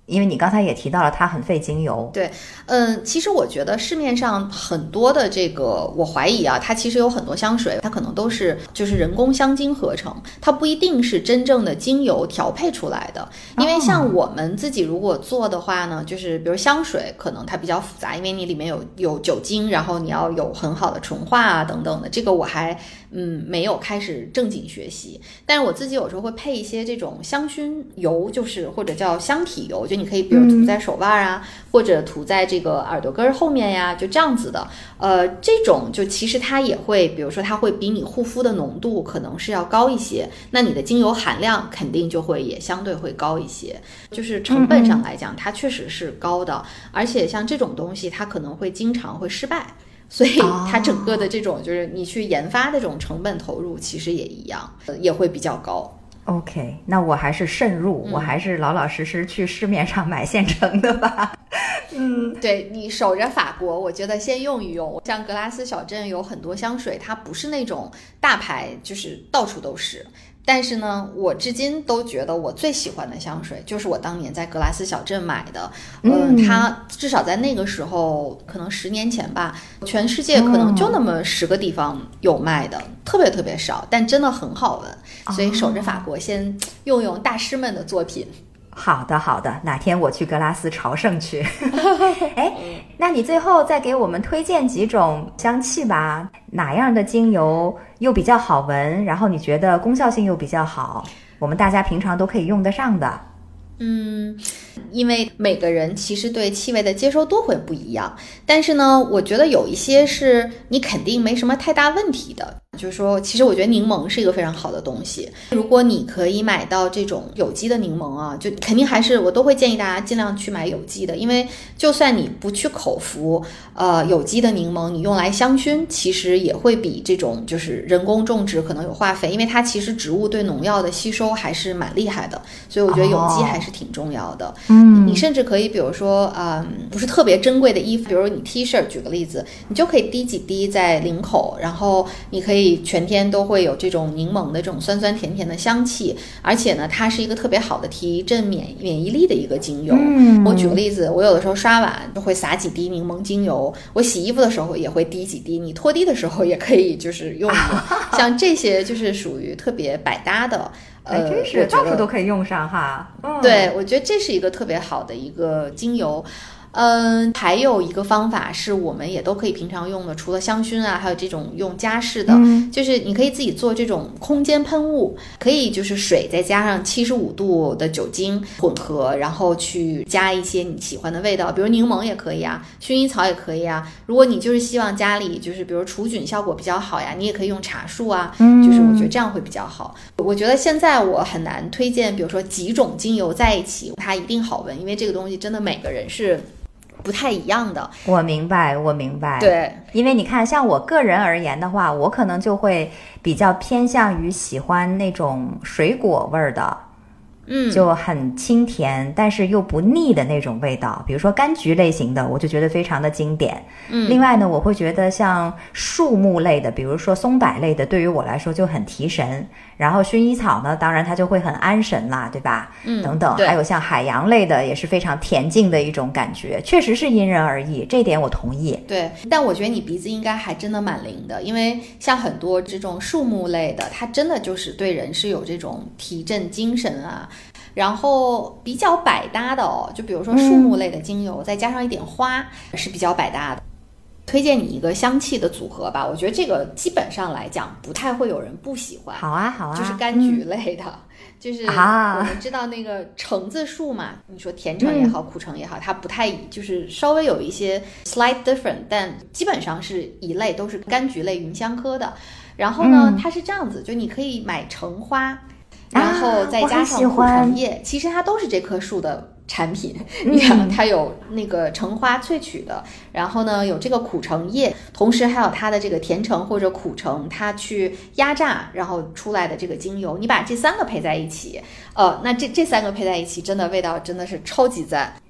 因为你刚才也提到了它很费精油。 对，嗯，其实我觉得市面上很多的这个，我怀疑啊，它其实有很多香水，它可能都是就是人工香精合成，它不一定是真正的精油调配出来的。因为像我们自己如果做的话呢，就是比如香水，可能它比较复杂，因为你里面有有酒精，然后你要有很好的纯化啊等等的，这个我还嗯没有开始正经学习。但是我自己有时候会配一些这种香薰油，就是或者叫香体油，就你可以比如涂在手腕啊、嗯、或者涂在这个耳朵根后面呀，就这样子的。呃，这种就其实它也会，比如说它会比你护肤的浓度可能是要高一些，那你的精油含量肯定就会也相对会高一些。就是成本上来讲，它确实是高的，而且像这种东西它可能会经常会失败。所以它整个的这种就是你去研发的这种成本投入其实也一样，也会比较高。 OK， 那我还是慎入、嗯、我还是老老实实去市面上买现成的吧。 嗯，对，你守着法国，我觉得先用一用。像格拉斯小镇有很多香水，它不是那种大牌，就是到处都是。但是呢，我至今都觉得我最喜欢的香水就是我当年在格拉斯小镇买的。嗯、呃，它至少在那个时候，可能十年前吧，全世界可能就那么十个地方有卖的，嗯、特别特别少，但真的很好闻。所以守着法国，先用用大师们的作品。 好的好的，哪天我去格拉斯朝圣去。哎，那你最后再给我们推荐几种香气吧，哪样的精油又比较好闻，然后你觉得功效性又比较好，我们大家平常都可以用得上的。 嗯，因为每个人其实对气味的接受度会不一样，但是呢，我觉得有一些是你肯定没什么太大问题的。就是说，其实我觉得柠檬是一个非常好的东西。如果你可以买到这种有机的柠檬啊，就肯定还是我都会建议大家尽量去买有机的，因为就算你不去口服，呃，有机的柠檬你用来香薰，其实也会比这种就是人工种植可能有化肥，因为它其实植物对农药的吸收还是蛮厉害的，所以我觉得有机还是挺重要的。嗯、哦，你甚至可以比如说，嗯，不是特别珍贵的衣服，比如你 T 恤，举个例子，你就可以滴几滴在领口，然后你可以全天都会有这种柠檬的这种酸酸甜甜的香气，而且呢，它是一个特别好的提振免免疫力的一个精油。嗯，我举个例子，我有的时候刷碗就会撒几滴柠檬精油，我洗衣服的时候也会滴几滴，你拖地的时候也可以就是用一用。像这些就是属于特别百搭的。 呃，真是到处都可以用上哈。 嗯、对，我觉得这是一个特别好的一个精油。嗯，还有一个方法是我们也都可以平常用的，除了香薰啊，还有这种用家饰的、嗯、就是你可以自己做这种空间喷雾，可以就是水再加上七十五度的酒精混合，然后去加一些你喜欢的味道，比如柠檬也可以啊，薰衣草也可以啊。如果你就是希望家里就是比如除菌效果比较好呀，你也可以用茶树啊，就是我觉得这样会比较好。我觉得现在我很难推荐比如说几种精油在一起它一定好闻，因为这个东西真的每个人是不太一样的。 我明白我明白。 对， 因为你看像我个人而言的话，我可能就会比较偏向于喜欢那种水果味的，嗯，就很清甜但是又不腻的那种味道，比如说柑橘类型的我就觉得非常的经典。嗯，另外呢，我会觉得像树木类的，比如说松柏类的，对于我来说就很提神。然后薰衣草呢，当然它就会很安神啦，对吧？嗯，等等，还有像海洋类的也是非常恬静的一种感觉，确实是因人而异，这点我同意。 对，但我觉得你鼻子应该还真的蛮灵的，因为像很多这种树木类的，它真的就是对人是有这种提振精神啊。然后比较百搭的哦，就比如说树木类的精油、嗯、再加上一点花是比较百搭的。推荐你一个香气的组合吧，我觉得这个基本上来讲不太会有人不喜欢。 好啊好啊， 就是柑橘类的、嗯、就是我们知道那个橙子树嘛、啊、你说甜橙也好、嗯、苦橙也好，它不太就是稍微有一些 slight different， 但基本上是一类，都是柑橘类芸香科的。然后呢、嗯、它是这样子，就你可以买橙花，然后再加上苦橙叶、啊、其实它都是这棵树的产品。你看它有那个橙花萃取的，然后呢有这个苦橙叶，同时还有它的这个甜橙或者苦橙它去压榨然后出来的这个精油，你把这三个配在一起，呃，那这这三个配在一起真的味道真的是超级赞。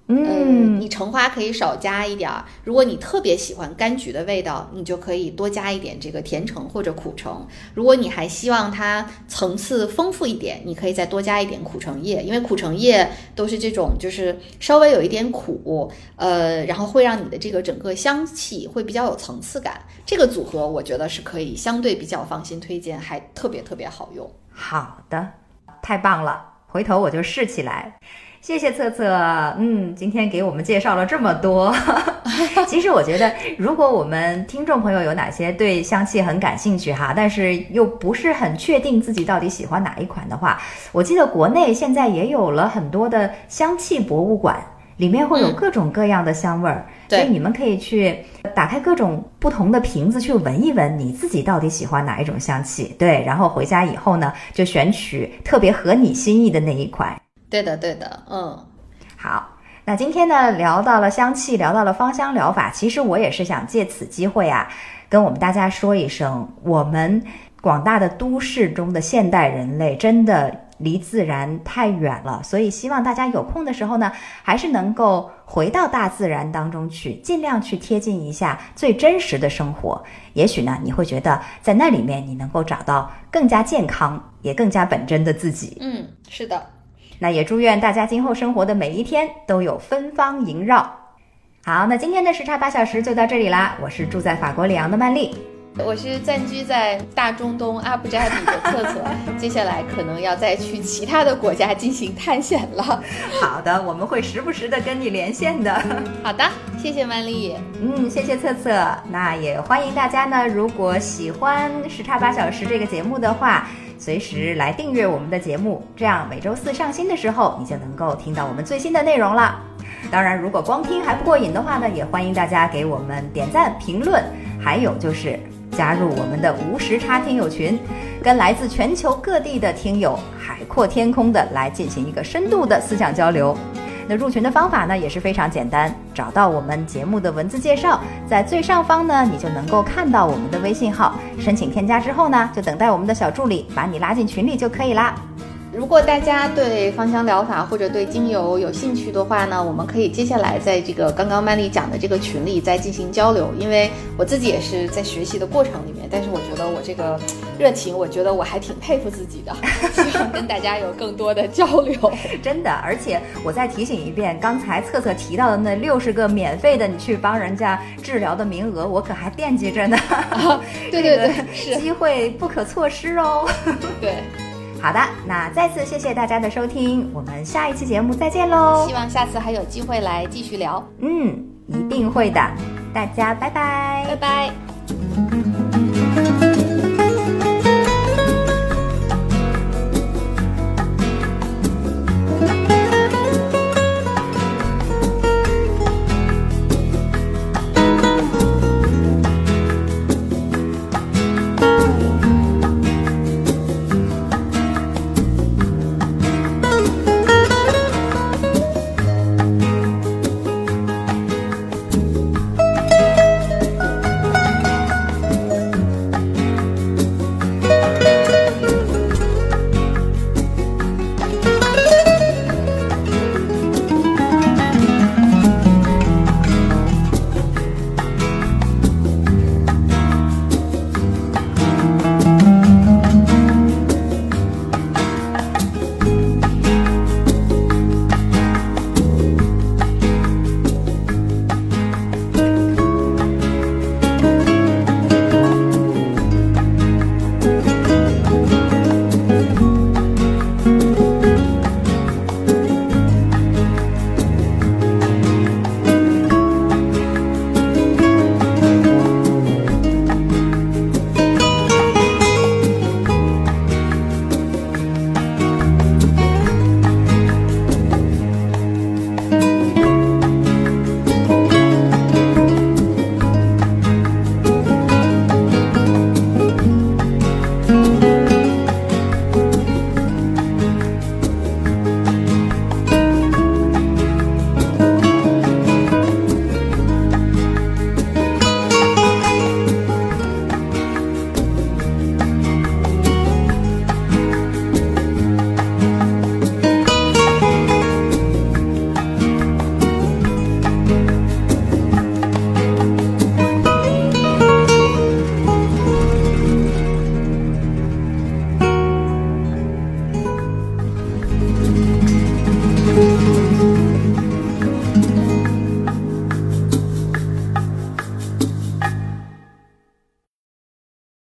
嗯、 呃，你橙花可以少加一点儿。如果你特别喜欢柑橘的味道，你就可以多加一点这个甜橙或者苦橙。如果你还希望它层次丰富一点，你可以再多加一点苦橙叶，因为苦橙叶都是这种就是稍微有一点苦，呃，然后会让你的这个整个香气会比较有层次感。这个组合我觉得是可以相对比较放心推荐，还特别特别好用。 好的，太棒了，回头我就试起来。谢谢策策，嗯，今天给我们介绍了这么多。其实我觉得，如果我们听众朋友有哪些对香气很感兴趣哈，但是又不是很确定自己到底喜欢哪一款的话，我记得国内现在也有了很多的香气博物馆，里面会有各种各样的香味儿、嗯，所以你们可以去打开各种不同的瓶子去闻一闻，你自己到底喜欢哪一种香气，对，然后回家以后呢，就选取特别合你心意的那一款。 对的对的，嗯， 好，那今天呢聊到了香气，聊到了芳香疗法，其实我也是想借此机会啊，跟我们大家说一声，我们广大的都市中的现代人类真的离自然太远了，所以希望大家有空的时候呢，还是能够回到大自然当中去，尽量去贴近一下最真实的生活。也许呢，你会觉得在那里面你能够找到更加健康也更加本真的自己。 嗯，是的。 那也祝愿大家今后生活的每一天都有芬芳萦绕。好，那今天的时差八小时就到这里啦，我是住在法国里昂的曼丽。 我是暂居在大中东阿布扎比的策策，接下来可能要再去其他的国家进行探险了。 好的，我们会时不时的跟你连线的。 好的，谢谢曼丽。 嗯，谢谢策策。那也欢迎大家呢，如果喜欢时差八小时这个节目的话，随时来订阅我们的节目，这样每周四上新的时候，你就能够听到我们最新的内容了。当然，如果光听还不过瘾的话呢，也欢迎大家给我们点赞、评论，还有就是加入我们的无时差听友群，跟来自全球各地的听友海阔天空的来进行一个深度的思想交流。那入群的方法呢也是非常简单，找到我们节目的文字介绍，在最上方呢你就能够看到我们的微信号，申请添加之后呢，就等待我们的小助理把你拉进群里就可以啦。 如果大家对芳香疗法或者对精油有兴趣的话呢，我们可以接下来在这个刚刚曼丽讲的这个群里再进行交流，因为我自己也是在学习的过程里面，但是我觉得我这个热情，我觉得我还挺佩服自己的，希望跟大家有更多的交流。 真的，而且我再提醒一遍，刚才策策提到的那六十个免费的你去帮人家治疗的名额，我可还惦记着呢。 啊、对对对，是机会不可错失哦。 对。 好的，那再次谢谢大家的收听，我们下一期节目再见喽！ 希望下次还有机会来继续聊。 嗯，一定会的，大家拜拜， 拜拜。